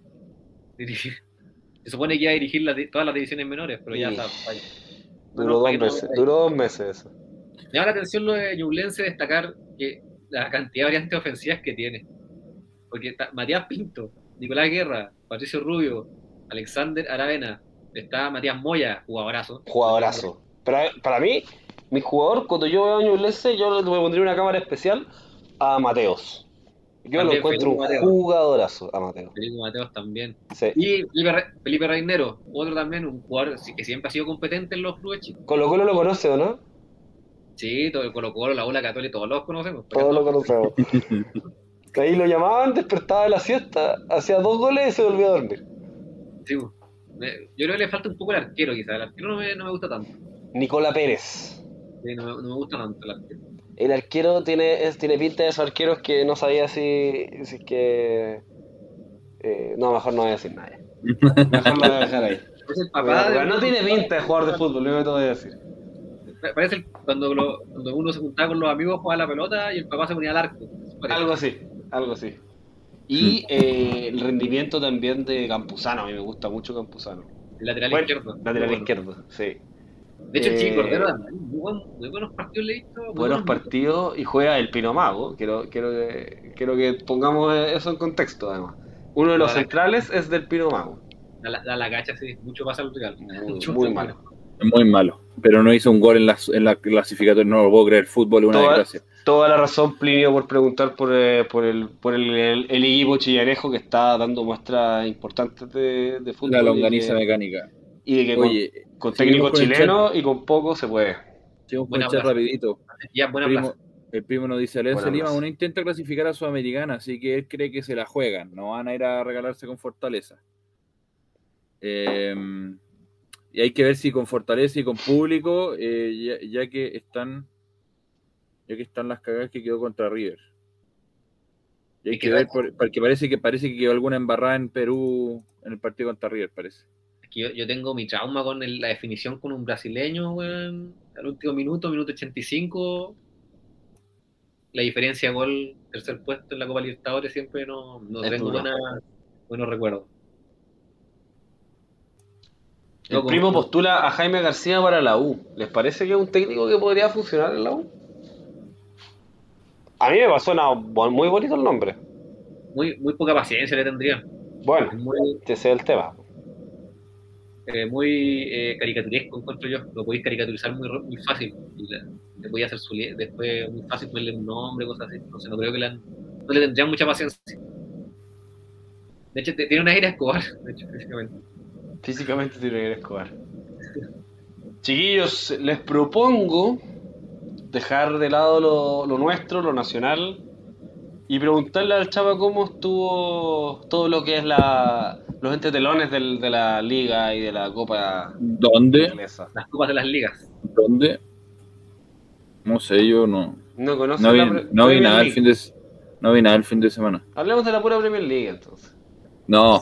se supone que iba a dirigir todas las divisiones menores, pero ya falla. Duró 2 meses eso. Me llama la atención lo de Ñublense destacar que la cantidad de variantes ofensivas que tiene. Porque está Matías Pinto, Nicolás Guerra, Patricio Rubio, Alexander Aravena, está Matías Moya, jugadorazo. Jugadorazo. Pero para mí, mi jugador, cuando yo veo a Ñublense, yo le pondría una cámara especial a Mateos. Yo lo También encuentro un Felipe Mateos. jugadorazo a Mateos. Felipe Mateos también. Sí. Y Felipe Reinero, otro también, un jugador que siempre ha sido competente en los clubes chicos. Colo Colo lo conoce, ¿o no? Sí, todo el Colo-Colo, la U, Católica, todos los conocemos. Todos lo conocemos. Ahí lo llamaban, despertaba de la siesta, hacía 2 goles y se volvía a dormir. Sí, yo creo que le falta un poco el arquero, quizás. El arquero no me gusta tanto. Nicola Pérez. Sí, no me gusta tanto el arquero. El arquero tiene pinta de esos arqueros que no sabía si es que... no, mejor no voy a decir nada. Mejor lo voy a dejar ahí. Es el papá de... No tiene pinta de jugador de fútbol, lo que te voy a decir. Parece cuando uno se juntaba con los amigos, jugaba la pelota y el papá se ponía al arco. Algo así. Y el rendimiento también de Campuzano, a mí me gusta mucho Campuzano. El lateral izquierdo. Lateral izquierdo, sí. De hecho, el Chico Cordero también, muy buenos partidos le he visto. Buenos partidos y juega el Pino Mago. Quiero que pongamos eso en contexto, además. Uno de los centrales es del Pino Mago. La cacha, sí, mucho pasa al Real. Muy malo. Muy malo, pero no hizo un gol en la clasificatoria, no lo puedo creer, fútbol es una desgracia. Toda la razón, Plinio, por preguntar por el equipo chillanejo que está dando muestras importantes de fútbol. La longaniza mecánica. Y de que con técnicos chilenos y con poco se puede. Seguimos con el chat rapidito. Ya, el primo nos dice, Alianza Lima plaza. uno intenta clasificar a Sudamericana, así que él cree que se la juegan, no van a ir a regalarse con Fortaleza. Y hay que ver si con Fortaleza y con público, ya que están las cagadas que quedó contra River. Y hay que ver, porque parece que quedó alguna embarrada en Perú en el partido contra River, parece. Es que yo tengo mi trauma con la definición con un brasileño, weón, al último minuto 85. La diferencia gol, tercer puesto en la Copa Libertadores, siempre no tengo buenos recuerdos. El primo postula a Jaime García para la U. ¿Les parece que es un técnico que podría funcionar en la U? A mí me suena muy bonito el nombre. Muy poca paciencia le tendría. Bueno, ese es el tema. Muy caricaturesco, encuentro yo. Lo podéis caricaturizar muy fácil. Le podía hacer después muy fácil ponerle un nombre, cosas así. Entonces no creo que no le tendrían mucha paciencia. De hecho, tiene un aire a Escobar, de hecho, Físicamente tiene que ir a Escobar. Chiquillos, les propongo dejar de lado lo nuestro, lo nacional, y preguntarle al Chava cómo estuvo todo lo que es los entretelones de la liga y de la Copa. ¿Dónde? Inglesa. Las copas de las ligas. ¿Dónde? No sé, yo no. No conozco no vi nada el fin de semana. Hablemos de la pura Premier League entonces. No.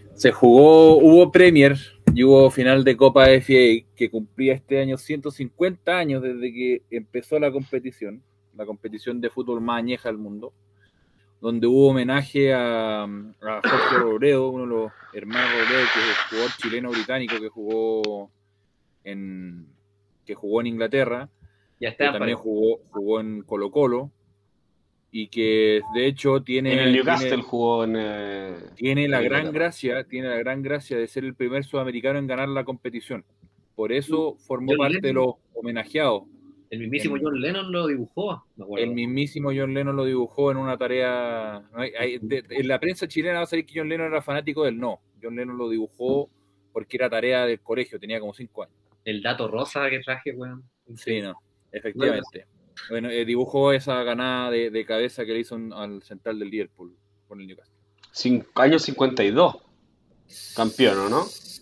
Hubo Premier y hubo final de Copa FA que cumplía este año 150 años desde que empezó la competición de fútbol más añeja del mundo, donde hubo homenaje a Jorge Robledo, uno de los hermanos Robledo, que es jugador chileno-británico que jugó en Inglaterra, que también jugó en Colo Colo, y que de hecho tiene en el Newcastle jugó tiene la gran gracia de ser el primer sudamericano en ganar la competición. Por eso formó parte de los homenajeados. El mismísimo John Lennon lo dibujó, me acuerdo. El mismísimo John Lennon lo dibujó en una tarea. En la prensa chilena va a salir que John Lennon era fanático del no. John Lennon lo dibujó porque era tarea del colegio, tenía como 5 años. El dato rosa que traje, weón. Sí, no, efectivamente. Bueno, dibujó esa ganada de cabeza que le hizo al central del Liverpool con el Newcastle. Año 52. Campeón, ¿o no?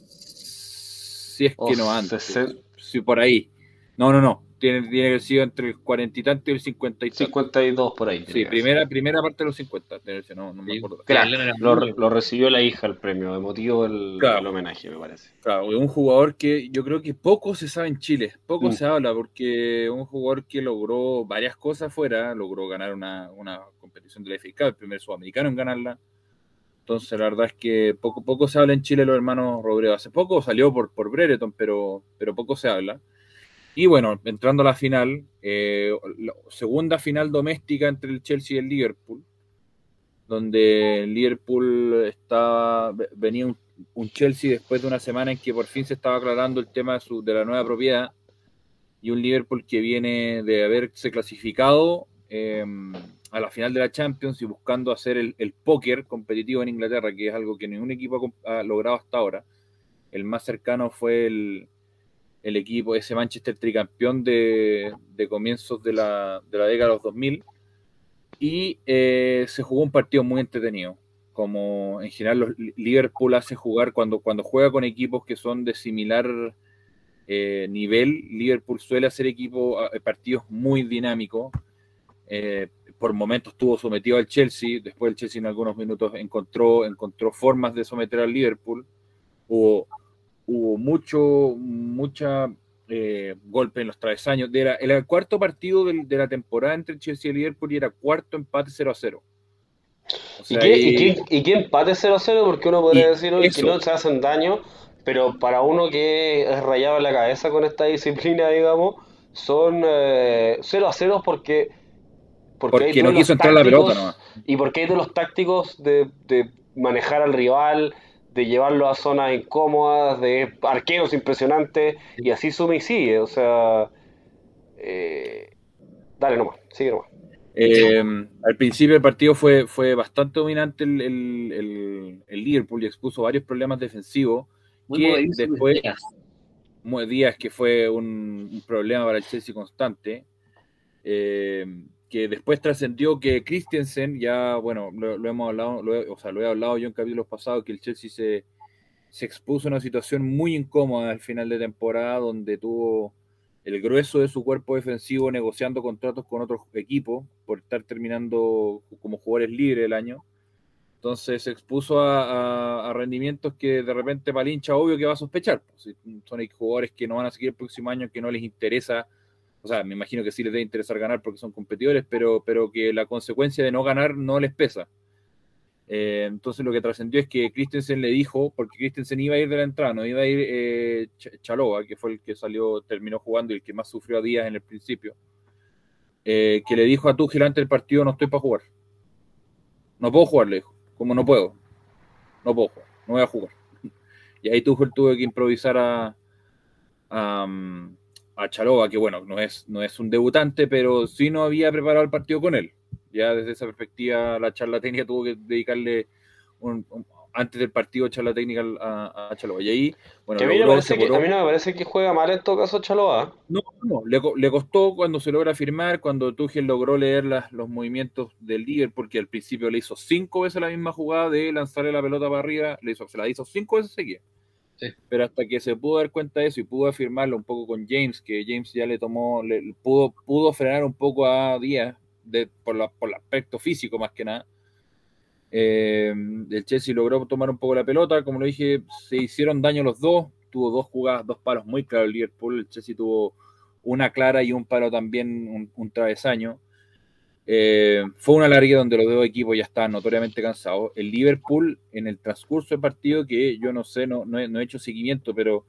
Si es que no antes. Sí, por ahí. No. Tiene que haber sido entre el 40 y tanto y el 50 y tanto. 52 por ahí. Sí, primera parte de los 50. No me acuerdo. Lo recibió la hija el premio, emotivo el homenaje, me parece. Claro, un jugador que yo creo que poco se sabe en Chile, poco se habla, porque un jugador que logró varias cosas afuera, logró ganar una competición de la FA Cup, el primer sudamericano en ganarla. Entonces la verdad es que poco se habla en Chile los hermanos Robledo. Hace poco salió por Brereton, pero poco se habla. Y bueno, entrando a la final, la segunda final doméstica entre el Chelsea y el Liverpool, donde el Liverpool venía un Chelsea después de una semana en que por fin se estaba aclarando el tema de la nueva propiedad, y un Liverpool que viene de haberse clasificado a la final de la Champions y buscando hacer el póker competitivo en Inglaterra, que es algo que ningún equipo ha logrado hasta ahora. El más cercano fue el equipo, ese Manchester tricampeón de comienzos de la década de los 2000, y se jugó un partido muy entretenido. Como en general Liverpool hace jugar cuando juega con equipos que son de similar nivel, Liverpool suele hacer partidos muy dinámicos. Por momentos estuvo sometido al Chelsea, después el Chelsea en algunos minutos encontró formas de someter al Liverpool. Hubo mucha golpe en los travesaños. Era el cuarto partido de la temporada entre Chelsea y Liverpool, y era cuarto empate 0-0. O sea, ¿Y qué empate 0-0? Porque uno podría decir hoy que eso, no se hacen daño, pero para uno que es rayado en la cabeza con esta disciplina, digamos, son 0-0 porque hay porque no duelos quiso entrar la pelota tácticos nomás. y porque hay duelos tácticos de manejar al rival, de llevarlo a zonas incómodas, de arqueros impresionantes, y así suma y sigue. O sea, dale nomás, sigue nomás. Al principio del partido fue bastante dominante el Liverpool, y expuso varios problemas defensivos que después Díaz, que fue un problema para el Chelsea constante, que después trascendió que Christensen, ya bueno, lo hemos hablado, lo he hablado yo en capítulos pasados, que el Chelsea se expuso a una situación muy incómoda al final de temporada, donde tuvo el grueso de su cuerpo defensivo negociando contratos con otros equipos por estar terminando como jugadores libres el año. Entonces se expuso a rendimientos que de repente para el hincha obvio que va a sospechar. Pues, son jugadores que no van a seguir el próximo año, que no les interesa. O sea, me imagino que sí les debe interesar ganar porque son competidores, pero que la consecuencia de no ganar no les pesa. Entonces lo que trascendió es que Christensen le dijo, porque Christensen iba a ir de la entrada, no iba a ir Chalobah, que fue el que terminó jugando y el que más sufrió a Díaz en el principio, que le dijo a Tuchel antes del partido: no estoy para jugar. No puedo jugar, le dijo. ¿Cómo no puedo? No puedo jugar, no voy a jugar. Y ahí Tuchel tuvo que improvisar a Chalobah, que bueno, no es un debutante, pero sí no había preparado el partido con él. Ya desde esa perspectiva la charla técnica tuvo que dedicarle antes del partido charla técnica a Chalobah. Y ahí, bueno, Que a mí no me parece que juega mal en todo caso Chalobah. No, le costó cuando se logra firmar, cuando Tuchel logró leer los movimientos del Liverpool, porque al principio le hizo 5 veces la misma jugada de lanzarle la pelota para arriba, se la hizo 5 veces seguidas. Sí. Pero hasta que se pudo dar cuenta de eso y pudo afirmarlo un poco con James, que James ya pudo frenar un poco a Díaz por el aspecto físico más que nada. El Chelsea logró tomar un poco la pelota, como lo dije, se hicieron daño los dos, tuvo 2 jugadas, 2 palos muy claros el Liverpool. El Chelsea tuvo una clara y un palo también, un travesaño. Fue una larga donde los 2 equipos ya estaban notoriamente cansados. El Liverpool, en el transcurso del partido, que yo no sé, no he hecho seguimiento, pero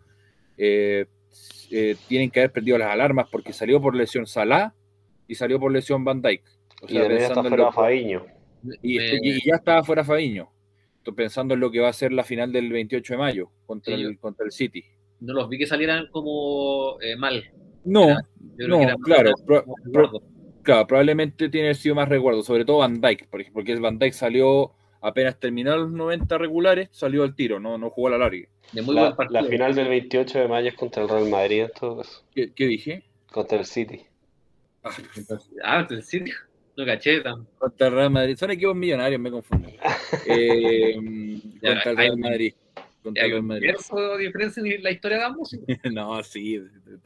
tienen que haber perdido las alarmas, porque salió por lesión Salah y salió por lesión Van Dijk. O sea, y también está fuera Fabinho. Y ya estaba fuera Fabinho. Estoy pensando en lo que va a ser la final del 28 de mayo contra el City. No los vi que salieran como mal. No, claro. Claro, probablemente tiene sido más recuerdo, sobre todo Van Dijk, por ejemplo, porque Van Dijk salió apenas terminaron los 90 regulares, salió al tiro, no jugó a la larga. La final del 28 de mayo es contra el Real Madrid, en todo caso. ¿Qué dije? Contra el City. Contra el City. No caché. Contra el Real Madrid. Son equipos millonarios, me confundo. Contra el Real Madrid. ¿Hay un verso diferencia en la historia de ambos? No, sí.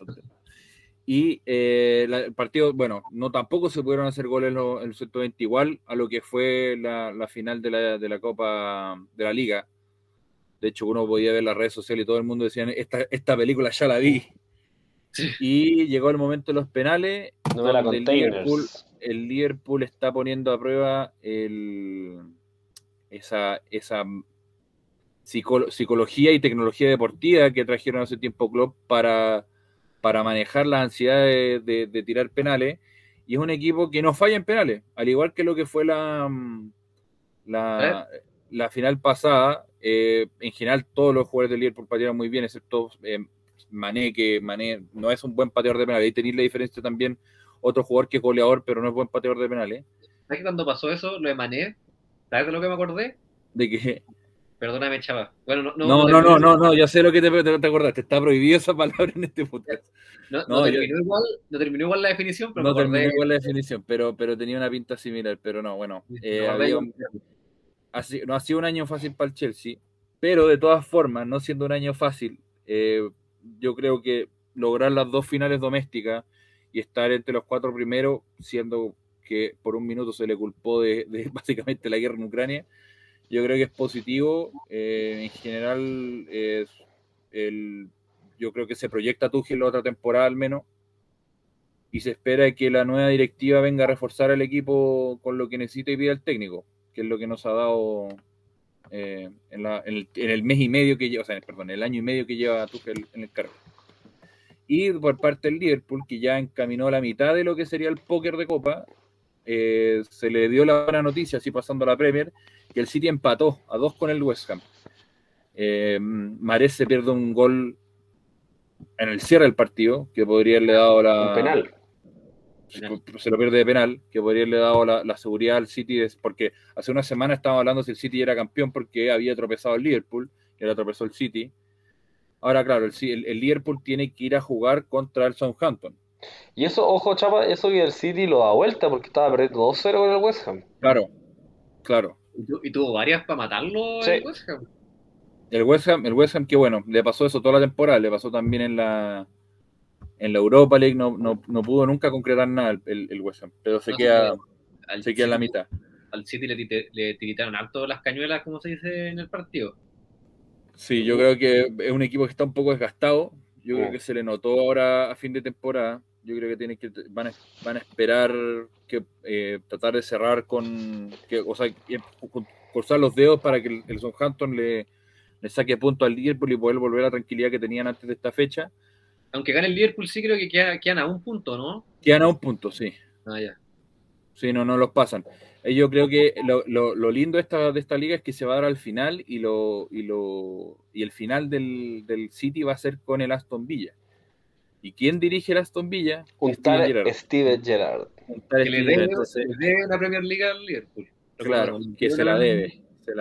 Y el partido, bueno, tampoco se pudieron hacer goles en el 120, igual a lo que fue la final de la Copa de la Liga. De hecho, uno podía ver las redes sociales y todo el mundo decía: esta película ya la vi. Sí. Y llegó el momento de los penales, donde el Liverpool está poniendo a prueba esa psicología y tecnología deportiva que trajeron hace tiempo Klopp para manejar la ansiedad de tirar penales, y es un equipo que no falla en penales, al igual que lo que fue la final pasada. En general, todos los jugadores del Liverpool patearon muy bien, excepto Mané, que Mané no es un buen pateador de penales. Ahí tenéis la diferencia también, otro jugador que es goleador, pero no es buen pateador de penales. ¿Sabes que cuando pasó eso, lo de Mané, ¿sabes de lo que me acordé? De que Perdóname, chava. Bueno, no, ya sé lo que te acordaste. Está prohibida esa palabra en este podcast. No terminó igual la definición, pero no me acordé. terminó igual la definición, pero tenía una pinta similar. Pero no, bueno. No ha sido un año fácil para el Chelsea, pero de todas formas, no siendo un año fácil, yo creo que lograr las 2 finales domésticas y estar entre los 4 primeros, siendo que por un minuto se le culpó de básicamente la guerra en Ucrania, yo creo que es positivo. En general, yo creo que se proyecta Tuchel la otra temporada al menos, y se espera que la nueva directiva venga a reforzar al equipo con lo que necesita y pide el técnico, que es lo que nos ha dado en el mes y medio que lleva, el año y medio que lleva Tuchel en el cargo. Y por parte del Liverpool, que ya encaminó la mitad de lo que sería el póker de Copa, se le dio la buena noticia, así pasando a la Premier, que el City empató a 2 con el West Ham. Mahrez se pierde un gol en el cierre del partido, que podría haberle dado Un penal. Se lo pierde de penal, que podría haberle dado la seguridad al City, porque hace una semana estábamos hablando si el City era campeón porque había tropezado el Liverpool, y ahora tropezó el City. Ahora, claro, el Liverpool tiene que ir a jugar contra el Southampton. Y eso, ojo, Chapa, eso que el City lo da vuelta porque estaba perdiendo 2-0 con el West Ham. Claro. ¿Y tuvo varias para matarlo Sí. el West Ham? El West Ham, que bueno, le pasó eso toda la temporada, le pasó también en la Europa League, no pudo nunca concretar nada el West Ham, pero se queda en la mitad. Al City le tiritaron harto las cañuelas, como se dice en el partido. Sí, yo creo que es un equipo que está un poco desgastado. Yo creo que se le notó ahora a fin de temporada. Yo creo que van a esperar que tratar de cerrar cruzar los dedos para que el Southampton le saque punto al Liverpool y poder volver a la tranquilidad que tenían antes de esta fecha. Aunque gane el Liverpool, sí creo que quedan a un punto, ¿no? Quedan a un punto, sí. Ya. Sí, no los pasan. Yo creo que lo lindo de esta liga es que se va a dar al final y el final del City va a ser con el Aston Villa. ¿Y quién dirige el Aston Villa? Un tal Steven Gerrard. Que le debe la Premier League al Liverpool. Claro, que se la debe.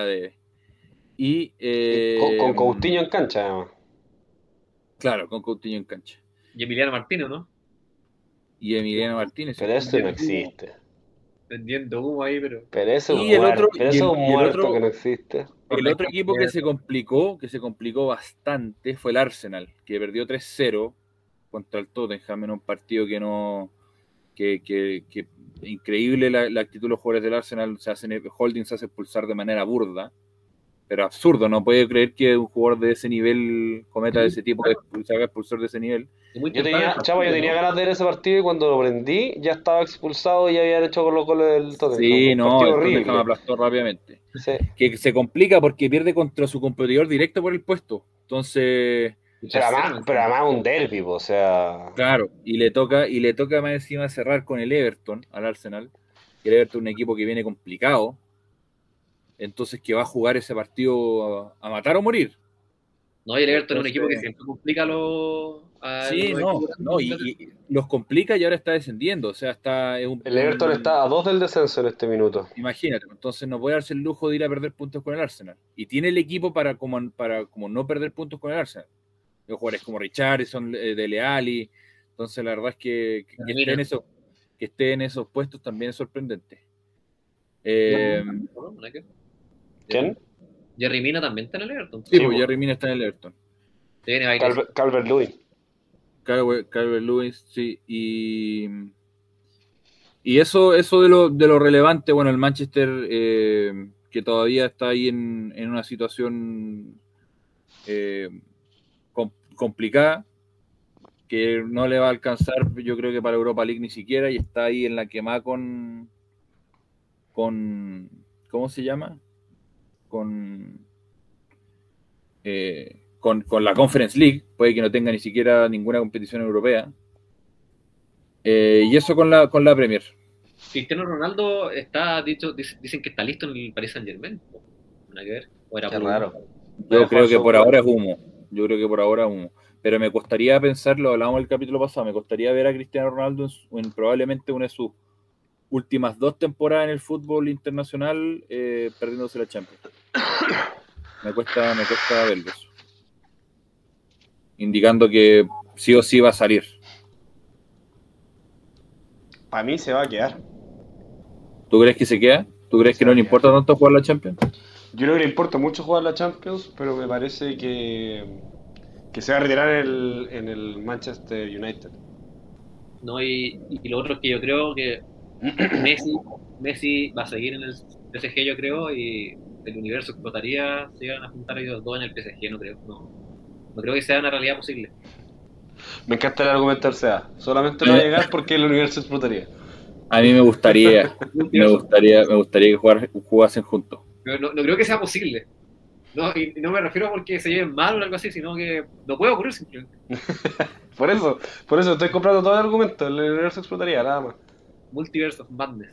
Y con Coutinho en cancha, además. Claro, con Coutinho en cancha. Y Emiliano Martínez, ¿no? Y Emiliano Martínez. Pero eso no existe. Vendiendo humo ahí, pero eso es un muerto que no existe. El otro equipo que se complicó bastante fue el Arsenal, que perdió 3-0 contra el Tottenham en un partido que increíble la actitud de los jugadores del Arsenal. Holding se hace expulsar de manera burda, pero absurdo. No puede creer que un jugador de ese nivel cometa ese tipo de expulsor de ese nivel. Yo tenía ganas de ver ese partido y cuando lo prendí ya estaba expulsado y habían hecho Colo Colo del Tottenham. Sí, el Tottenham aplastó rápidamente. Sí. Que se complica porque pierde contra su competidor directo por el puesto. Entonces... Pero además un derbi, o sea... Claro, y le toca más encima cerrar con el Everton, al Arsenal. El Everton es un equipo que viene complicado. Entonces que va a jugar ese partido a matar o morir. No, y el Everton es un equipo que siempre complica y los complica y ahora está descendiendo. O sea, el Everton está a 2 del descenso en este minuto. Imagínate, entonces no puede darse el lujo de ir a perder puntos con el Arsenal. Y tiene el equipo para como no perder puntos con el Arsenal. Los jugadores como Richarlison, Dele Alli. Entonces la verdad es que esté en esos puestos también es sorprendente. ¿Quién? Jerry Mina también está en el Everton. Sí, pues Jerry Mina está en el Everton. Calvert-Lewin. Calvert-Lewin, sí. Y eso de lo relevante, bueno, el Manchester que todavía está ahí en una situación complicada, que no le va a alcanzar, yo creo que para Europa League ni siquiera, y está ahí en la quemada con ¿cómo se llama? Con la Conference League, puede que no tenga ni siquiera ninguna competición europea, y eso con la Premier. Cristiano Ronaldo dicen que está listo en el Paris Saint-Germain. ¿No hay que ver? Qué raro. Yo creo que por ahora es humo. Yo creo que por ahora es humo. Pero me costaría pensar, lo hablábamos en el capítulo pasado, me costaría ver a Cristiano Ronaldo en probablemente una de sus últimas 2 temporadas en el fútbol internacional perdiéndose la Champions. Me cuesta verlo eso. Indicando que sí o sí va a salir. Para mí se va a quedar. ¿Tú crees que se queda? ¿Tú crees que no le importa tanto jugar la Champions? Yo creo que le importa mucho jugar la Champions, pero me parece que se va a retirar en el Manchester United. No, y lo otro es que yo creo que Messi va a seguir en el PSG, yo creo, y el universo explotaría si iban a juntar ellos dos en el PSG, no creo. No creo que sea una realidad posible. Me encanta el argumento del SEA. Solamente no va a llegar porque el universo explotaría. A mí me gustaría que jugasen juntos. Pero no creo que sea posible. No, y no me refiero porque se lleven mal o algo así, sino que no puede ocurrir simplemente. Por eso estoy comprando todo el argumento. El universo explotaría, nada más. Multiverse of Madness.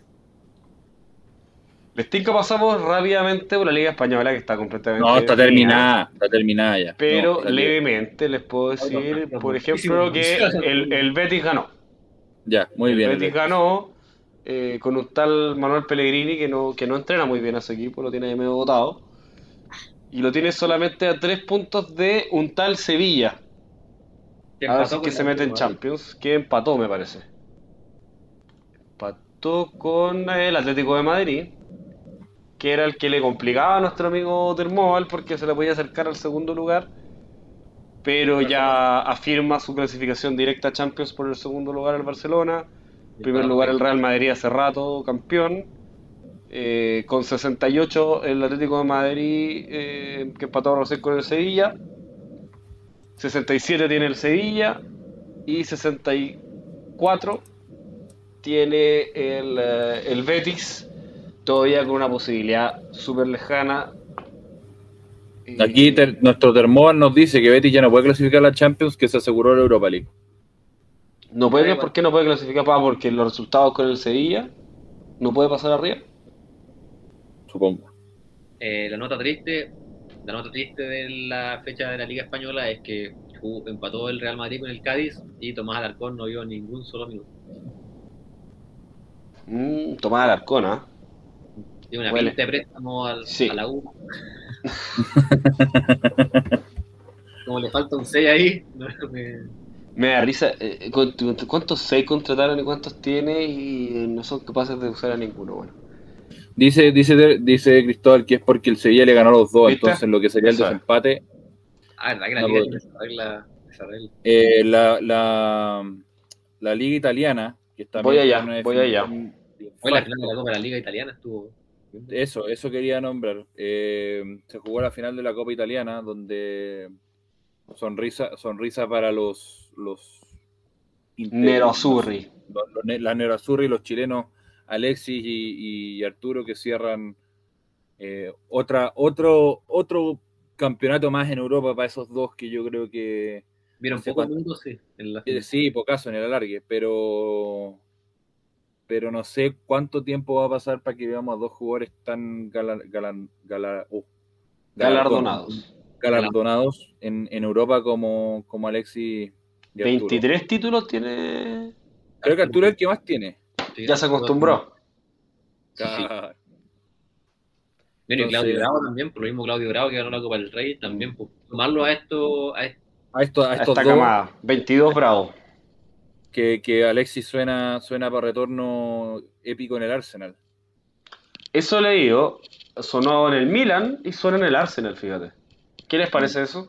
Les tinca pasamos rápidamente por la Liga Española, que está completamente No, está definida. terminada ya. Pero No, está levemente les puedo decir, por ejemplo, que el Betis ganó. Ya, muy bien. El Betis ganó con un tal Manuel Pellegrini que no entrena muy bien a su equipo, lo tiene ahí medio botado. Y lo tiene solamente a 3 puntos de un tal Sevilla. Que A ver si empató es que con se el mete en Madrid. Champions, que empató, me parece. Empató con el Atlético de Madrid, que era el que le complicaba a nuestro amigo Termóbal porque se le podía acercar al segundo lugar, pero ya afirma su clasificación directa a Champions por el segundo lugar el Barcelona. En primer lugar el Real Madrid hace rato, campeón. Con 68 el Atlético de Madrid, que empató recién con el Sevilla. 67 tiene el Sevilla y 64 tiene el Betis, todavía con una posibilidad súper lejana. Aquí nuestro Termóbal nos dice que Betis ya no puede clasificar a la Champions, que se aseguró la Europa League. No puede, ¿por qué no puede clasificar? Porque los resultados con el Sevilla no puede pasar arriba. Supongo. La nota triste de la fecha de la Liga Española es que empató el Real Madrid con el Cádiz y Tomás Alarcón no vio ningún solo minuto. Tomás Alarcón, ¿ah? Tiene una Huele. pinta de préstamo Sí. a la U. Como le falta un 6 ahí, Me da risa. ¿Cuántos 6 contrataron y cuántos tiene? Y no son capaces de usar a ninguno. Bueno, Dice Cristóbal que es porque el Sevilla le ganó a los dos, ¿viste? entonces lo que sería el Eso es. desempate. verdad que la No Liga podría. tiene esa regla. La Liga Italiana, que está Voy allá, en una voy allá. definición de Hoy la infarto. final de la Copa de la Liga Italiana estuvo. Eso quería nombrar. Se jugó la final de la Copa Italiana, donde sonrisa para los Nerazzurri. la Nerazzurri, los chilenos Alexis y Arturo, que cierran otro campeonato más en Europa para esos dos, que yo creo que Vieron no sé pocos cuánto. minutos, sí. En la final. Sí, pocaso en el alargue, pero no sé cuánto tiempo va a pasar para que veamos a dos jugadores tan galardonados en Europa como Alexis y Arturo. 23 títulos tiene. Creo que Arturo es el que más tiene. Sí, Ya se acostumbró. Sí. Ah, Bueno, y Claudio Entonces- Bravo también, por lo mismo Claudio Bravo que ganó la Copa del Rey, también, pues, tomarlo a estos a estos A dos, esta camada. 22 bravos. que Alexis suena para retorno épico en el Arsenal. Eso leído, sonó en el Milan y suena en el Arsenal, fíjate. ¿Qué les parece eso?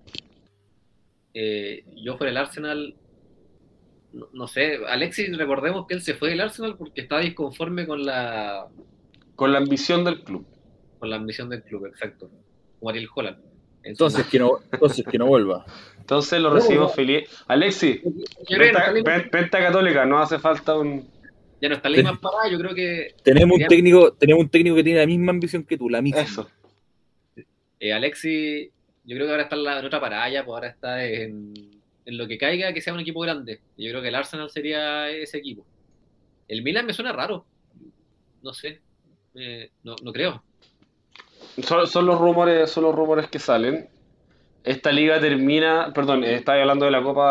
yo fuera el Arsenal, no sé, Alexis, recordemos que él se fue del Arsenal porque estaba disconforme con la Con la ambición del club. ambición del club, exacto, como Ariel Holland. Entonces que no vuelva. Entonces lo recibimos feliz. Alexis, Yo creo que no está Lima, venta católica, no hace falta un. ya no está Lima parada, yo creo que Tenemos un técnico que tiene la misma ambición que tú, la misma. Eso. Alexis, yo creo que ahora está en otra parada ya, pues ahora está en lo que caiga, que sea un equipo grande. Yo creo que el Arsenal sería ese equipo. El Milan me suena raro, no sé, no creo. son los rumores que salen. Esta liga termina, perdón, estaba hablando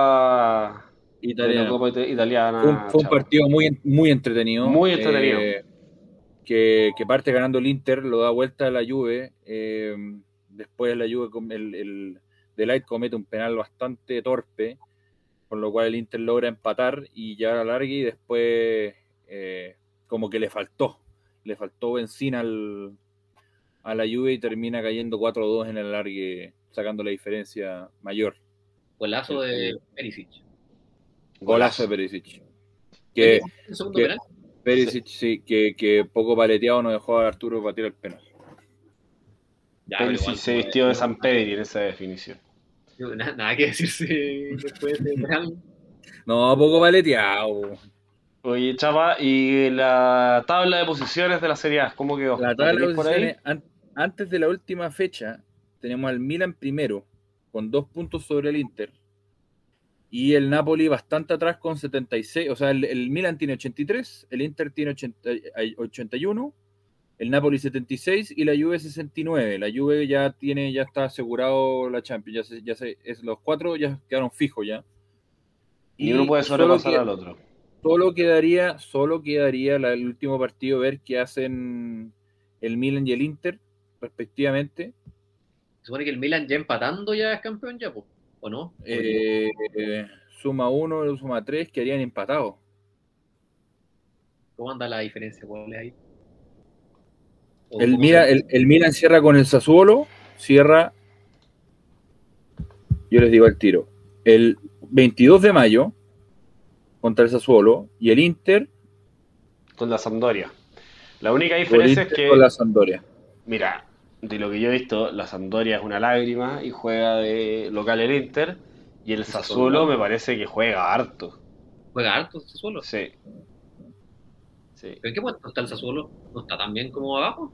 de la Italiano. Copa Italiana, Fue un chavo. partido muy entretenido. Muy entretenido. Que parte ganando el Inter, lo da vuelta a la Juve. Después la Juve, el De Ligt comete un penal bastante torpe, con lo cual el Inter logra empatar y llevar a largue, y después como que le faltó benzina a la Juve y termina cayendo 4-2 en el alargue, sacando la diferencia mayor. Golazo de Perisic. Golazo de Perisic. ¿El segundo penal? Perisic, sí, que poco paleteado no dejó a Arturo batir el penal. Ya, Perisic se vistió de San Pedri en esa definición. Nada que decirse después de penal. No, poco paleteado. Oye, Chapa, ¿y la tabla de posiciones de la Serie A? ¿Cómo quedó? La ¿La tabla de tenéis por ahí? posiciones, antes de la última fecha, tenemos al Milan primero, con 2 puntos sobre el Inter. Y el Napoli bastante atrás con 76. O sea, el Milan tiene 83, el Inter tiene 81, el Napoli 76 y la Juve 69. La Juve ya está asegurado la Champions. Los 4 ya quedaron fijos ya. Y uno Y puede sobrepasar al otro. solo quedaría el último partido, ver qué hacen el Milan y el Inter, respectivamente. Se supone que el Milan ya empatando ya es campeón ya, ¿o no? Suma 1, suma 3, quedarían empatados. ¿Cómo anda la diferencia? ¿Cuál es ahí? El Milan cierra con el Sassuolo, yo les digo al tiro, el 22 de mayo contra el Sassuolo, y el Inter Con la Sampdoria. La única diferencia es que, con la Sampdoria. mira, de lo que yo he visto, la Sampdoria es una lágrima y juega de local el Inter, y el Sassuolo me parece que juega harto. ¿Juega harto el Sassuolo? Sí. ¿Pero en qué puesto está el Sassuolo? ¿No está tan bien como abajo?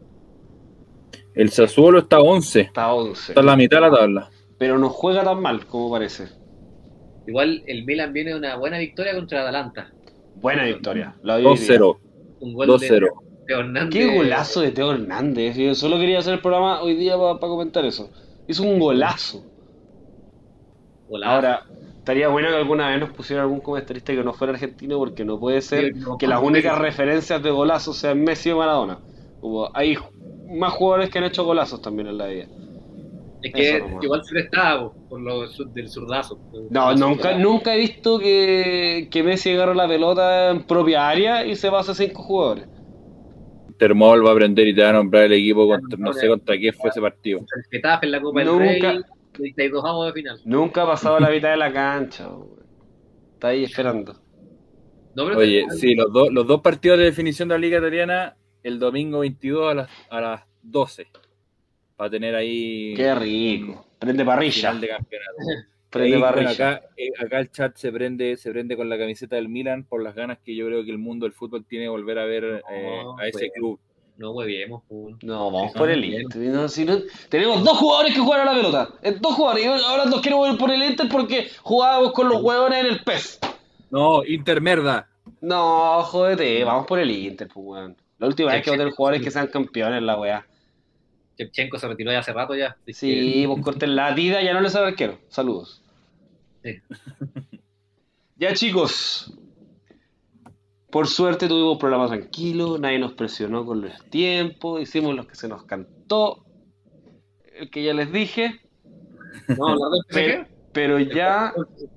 El Sassuolo está 11. Está 11. Está en la mitad de la tabla. Pero no juega tan mal como parece. Igual el Milan viene de una buena victoria contra el Atalanta. Buena victoria. 2-0. Un gol 2-0. de Hernández. Qué golazo de Teo Hernández. Yo solo quería hacer el programa hoy día para comentar eso. Hizo un golazo. Ahora, estaría bueno que alguna vez nos pusiera algún comentarista que no fuera argentino, porque no puede ser que las únicas referencias de golazos sean Messi o Maradona. Hay más jugadores que han hecho golazos también en la vida. Es que igual se estaba por lo del zurdazo. No, nunca he visto que Messi agarre la pelota en propia área y se pase 5 jugadores. Termol va a aprender y te va a nombrar el equipo no sé contra quién fue ese partido. El Getafe en la Copa del Rey, 32avos de final. Nunca ha pasado la mitad de la cancha. Está ahí esperando. Oye, sí, los dos partidos de definición de la Liga Italiana el domingo 22 a las 12. Para tener ahí. Qué rico. Prende parrilla. Final de campeonato. Prende parrilla. Acá el chat se prende con la camiseta del Milan por las ganas que yo creo que el mundo del fútbol tiene de volver a ver a ese club. No hueviemos. No, vamos por el Inter. Tenemos 2 jugadores que juegan a la pelota. 2 jugadores. Y ahora nos queremos ir por el Inter porque jugábamos con los huevones en el PES. No, Inter merda. No, jódete. Vamos por el Inter, pues, weón. La última vez que voy a tener jugadores que sean campeones, la weá. Shevchenko se retiró ya hace rato ya. Sí, pues corten la tida, ya no le sabe arquero. Saludos. Sí. Ya, chicos. Por suerte tuvimos un programa tranquilo, nadie nos presionó con los tiempos, hicimos lo que se nos cantó, el que ya les dije. No, hablar del PSG. Pero ya.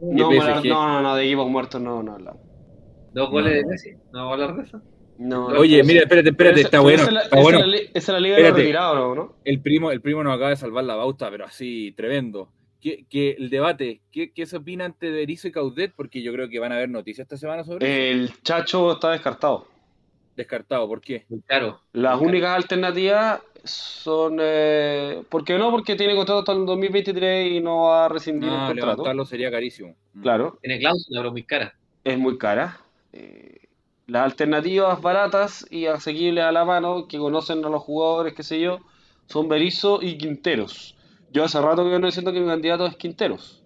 No, de equipos muertos no hablamos. 2 goles de Messi, no vamos a hablar de eso. No, oye, mira, espérate, está bueno. Esa es la liga de los retirados, ¿no? El primo nos acaba de salvar la bauta, pero así, tremendo. Que el debate, ¿qué se opina ante Berizzo y Caudet? Porque yo creo que van a haber noticias esta semana sobre eso. El Chacho está descartado. ¿Descartado? ¿Por qué? Muy caro. Las únicas alternativas son... ¿por qué no? Porque tiene contrato hasta el 2023 y no va a rescindir el contrato. Levantarlo sería carísimo. Claro. Tiene cláusula, pero muy cara. Es muy cara. Las alternativas baratas y asequibles a la mano, que conocen a los jugadores, qué sé yo, son Berizzo y Quinteros. Yo hace rato que no diciendo que mi candidato es Quinteros.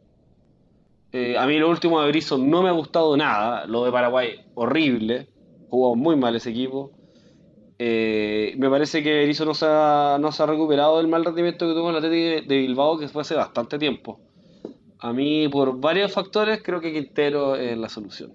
A mí lo último de Berizzo no me ha gustado nada. Lo de Paraguay, horrible. Jugó muy mal ese equipo. Me parece que Berizzo no se ha recuperado del mal rendimiento que tuvo en el Atlético de Bilbao, que fue hace bastante tiempo. A mí, por varios factores, creo que Quintero es la solución.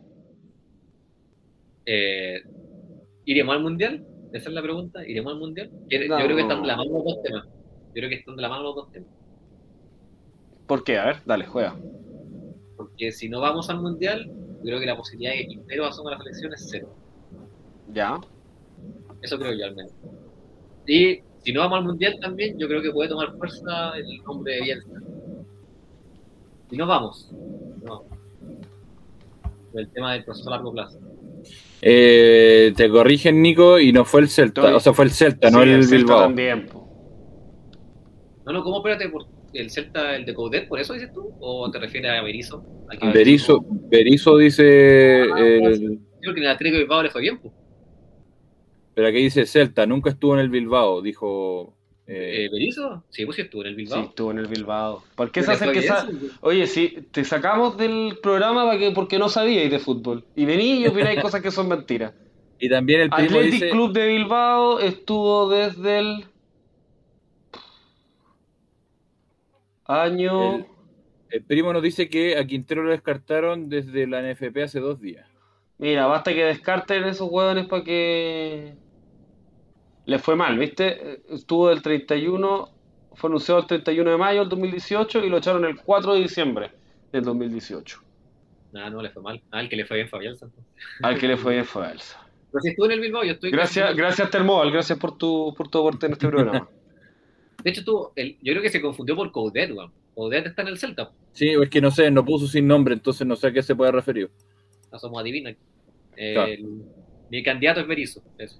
Eh, ¿Iremos al Mundial? Esa es la pregunta. ¿Iremos al Mundial? Yo creo que están de la No. mano los dos temas. Yo creo que están de la mano los dos temas. ¿Por qué? A ver, dale, juega. Porque si no vamos al Mundial, yo creo que la posibilidad de que Quintero asuma la selección es cero. Ya. Eso creo yo al menos. Y si no vamos al Mundial también, yo creo que puede tomar fuerza el nombre de Bielsa. Si no vamos, no. Por el tema del proceso a largo plazo. Te corrigen, Nico, y no fue el Celta. Estoy- O sea, fue el Celta, no Sí, el Celta Bilbao. también, po. No, ¿cómo? Espérate, por el Celta, el de Coudet, ¿por eso dices tú? ¿O te refieres a Berizzo? ¿A que Berizzo dice. Sí, porque en el Atlético de Bilbao le fue bien, pues. Pero aquí dice Celta, nunca estuvo en el Bilbao, dijo. ¿Berizzo? Sí, pues sí estuvo en el Sí, Bilbao. estuvo en el Bilbao. ¿Por qué Pero se le hace fue que bien, sí. Oye, sí, te sacamos del programa porque no sabíais de fútbol. Y venís y opináis cosas que son mentiras. Y también el primo Athletic dice. Club de Bilbao estuvo desde el año... El primo nos dice que a Quintero lo descartaron desde la NFP hace 2 días. Mira, basta que descarten esos hueones para que... Les fue mal, ¿viste? Estuvo del 31, fue anunciado el 31 de mayo del 2018 y lo echaron el 4 de diciembre del 2018. Nada, no le fue mal. Ah, el que le fue bien fue a Bielsa. Al que le fue bien fue a Elsa. Pero si estuvo en el Bilbao, yo estoy... Gracias Termóbal, gracias por tu aporte en este programa. De hecho, yo creo que se confundió por Coudet, weón. Coudet está en el Celta. Sí, es que no sé, no puso sin nombre, entonces no sé a qué se puede referir. No somos adivinas. Claro. Mi candidato es Berizzo. Eso.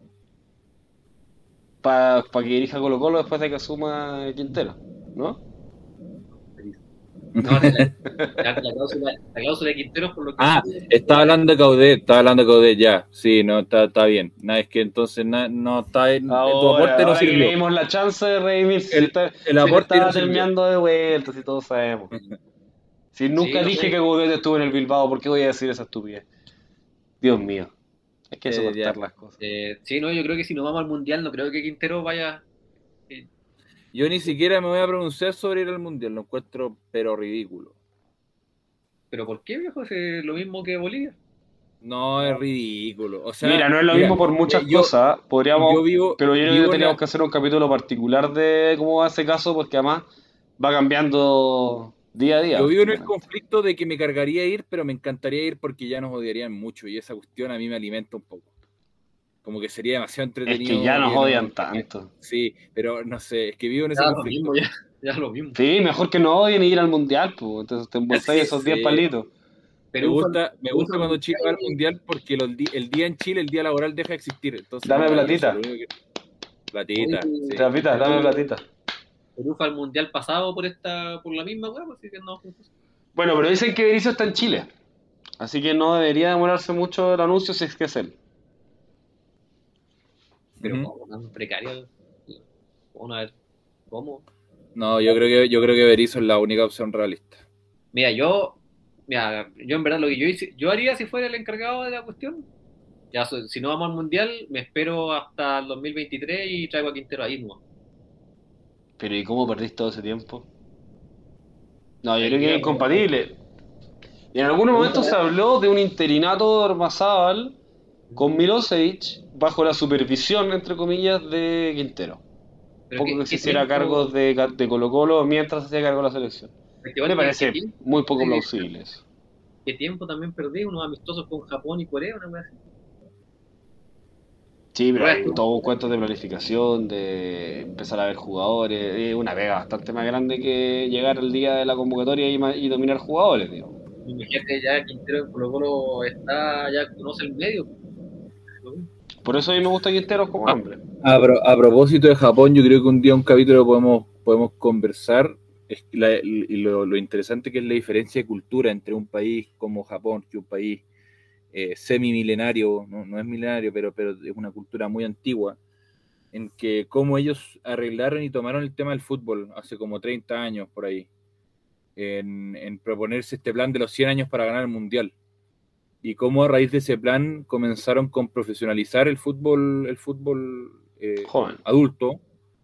Para que dirija Colo Colo después de que asuma Quintero, ¿no? Berizzo. No, la cláusula de Quintero por lo que... Estaba hablando de Caudet, ya. Sí, no, está bien. Nada, es que entonces no está en. Tu aporte no ahora que le sirvió. dimos la chance de redimirse, El aporte estaba no sirvió. terminando de vuelta, si todos sabemos. Si nunca Sí, dije no sé. que Coudet estuvo en el Bilbao, ¿por qué voy a decir esa estupidez? Dios mío, hay que soportar Ya. las cosas. Sí, no, yo creo que si no vamos al Mundial, no creo que Quintero vaya... Yo ni siquiera me voy a pronunciar sobre ir al mundial, lo encuentro pero ridículo. ¿Pero por qué, viejo? Es lo mismo que Bolivia. No, es ridículo. O sea, Mira, no es lo mismo por muchas cosas, podríamos, pero yo creo que teníamos que hacer un capítulo particular de cómo va ese caso, porque además va cambiando día a día. Yo vivo en el conflicto de que me cargaría ir, pero me encantaría ir porque ya nos odiarían mucho y esa cuestión a mí me alimenta un poco. Como que sería demasiado entretenido. Es que ya nos odian tanto. Sí, pero no sé, es que vivo en ese conflicto. Ya lo mismo. Sí, mejor que no odien y ir al mundial, pues. Entonces te embolsáis esos 10 palitos. Me gusta cuando Chile va al mundial porque el día en Chile, el día laboral deja de existir. Entonces, dame platita. Platita. Sí. Dame platita. Perú fue al mundial pasado por la misma web, así que no. Bueno, pero dicen que Berizzo está en Chile. Así que no debería demorarse mucho el anuncio si es que es él. Pero como tan precario. Vamos a ver cómo. No, yo creo que Berizzo es la única opción realista. Mira, yo en verdad lo que yo haría si fuera el encargado de la cuestión, ya si no vamos al mundial, me espero hasta el 2023 y traigo a Quintero ahí, ¿no? Pero ¿y cómo perdiste todo ese tiempo? No, yo creo que es incompatible. Y en algún momento se habló de un interinato de Ormazábal con Milosevic bajo la supervisión, entre comillas, de Quintero. Poco que se hiciera cargo de Colo Colo mientras se hacía cargo de la selección. Me parece muy poco plausible eso. ¿Qué tiempo también perdí? Unos amistosos con Japón y Corea, una vez así. Sí, pero hay todo un cuento de planificación, de empezar a ver jugadores, es una pega bastante más grande que llegar el día de la convocatoria y dominar jugadores, digo. Imagínate, ya Quintero en Colo Colo ya conoce el medio. Por eso a mí me gusta Quintero como hombre. A propósito de Japón, yo creo que un día un capítulo podemos conversar lo interesante que es la diferencia de cultura entre un país como Japón, que un país semi-milenario, no es milenario, pero es una cultura muy antigua, en que cómo ellos arreglaron y tomaron el tema del fútbol hace como 30 años por ahí, en proponerse este plan de los 100 años para ganar el Mundial. y cómo a raíz de ese plan comenzaron con profesionalizar el fútbol Joven. adulto,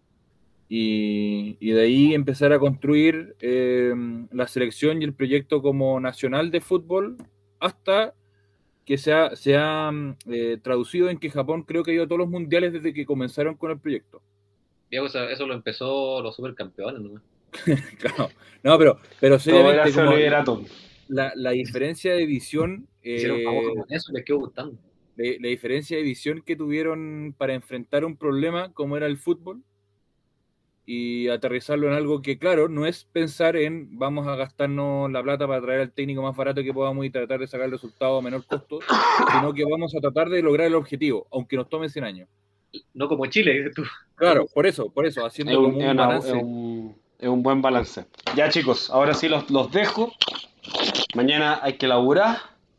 y de ahí empezar a construir la selección y el proyecto como nacional de fútbol, hasta que se ha traducido en que Japón creo que ha ido a todos los mundiales desde que comenzaron con el proyecto. Diego, eso lo empezó los supercampeones, ¿no? Claro. No, pero Todo seriamente, era como liderato. la diferencia de visión, Hicieron famosos con eso, les quedó gustando. la diferencia de visión que tuvieron para enfrentar un problema como era el fútbol y aterrizarlo en algo que, claro, no es pensar en vamos a gastarnos la plata para traer al técnico más barato que podamos y tratar de sacar el resultado a menor costo, sino que vamos a tratar de lograr el objetivo, aunque nos tome 100 años. No como Chile, dices tú. Claro, por eso, haciendo como un balance. Es un buen balance. Ya, chicos, ahora sí los dejo. Mañana hay que laburar.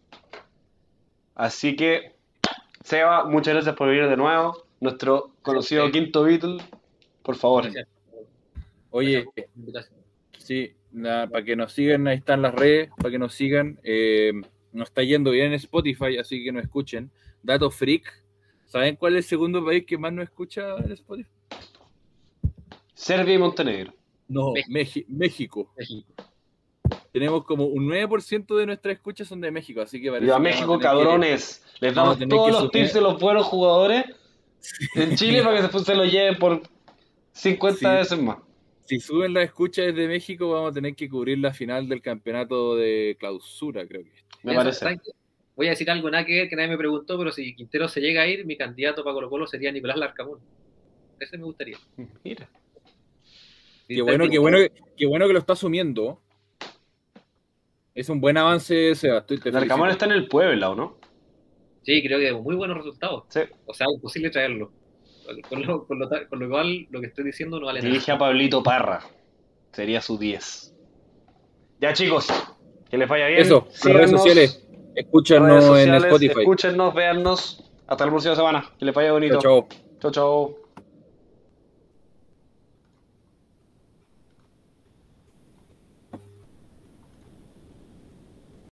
Así que, Seba, muchas gracias por venir de nuevo. Nuestro conocido quinto Beatle, por favor. Gracias. Oye, Gracias por la invitación. sí, para que nos sigan, ahí están las redes, para que nos sigan. Nos está yendo bien en Spotify, así que nos escuchen. Dato Freak. ¿Saben cuál es el segundo país que más nos escucha en Spotify? Serbia y Montenegro. No, México. México. México. Tenemos como un 9% de nuestras escuchas son de México, así que parece Viva que México, vamos a tener cabrones. Les vamos a damos tener todos que los subir. tips de los buenos jugadores en Chile para que después se los lleven por 50 Sí. veces más. Si suben las escuchas desde México, vamos a tener que cubrir la final del campeonato de clausura, creo que. Me Mira, parece. ¿saben qué? Voy a decir algo nada que ver, que nadie me preguntó, pero si Quintero se llega a ir, mi candidato para Colo-Colo sería Nicolás Larcamón. Ese me gustaría. Mira. Qué bueno que lo está asumiendo. Es un buen avance, Seba. Te El Arcamón felicito. está en el Puebla, ¿o no? Sí, creo que muy buenos resultados. Sí. O sea, imposible traerlo. Con lo cual, lo que estoy diciendo no vale nada. Dirige a Pablito Parra. Sería su 10. Ya, chicos. Que les vaya bien. Eso, las redes Síganos, sociales. Escúchanos redes en sociales, Spotify. escúchenos, véannos. Hasta la próxima semana. Que les vaya bonito. Chao, chao. Chau, chau.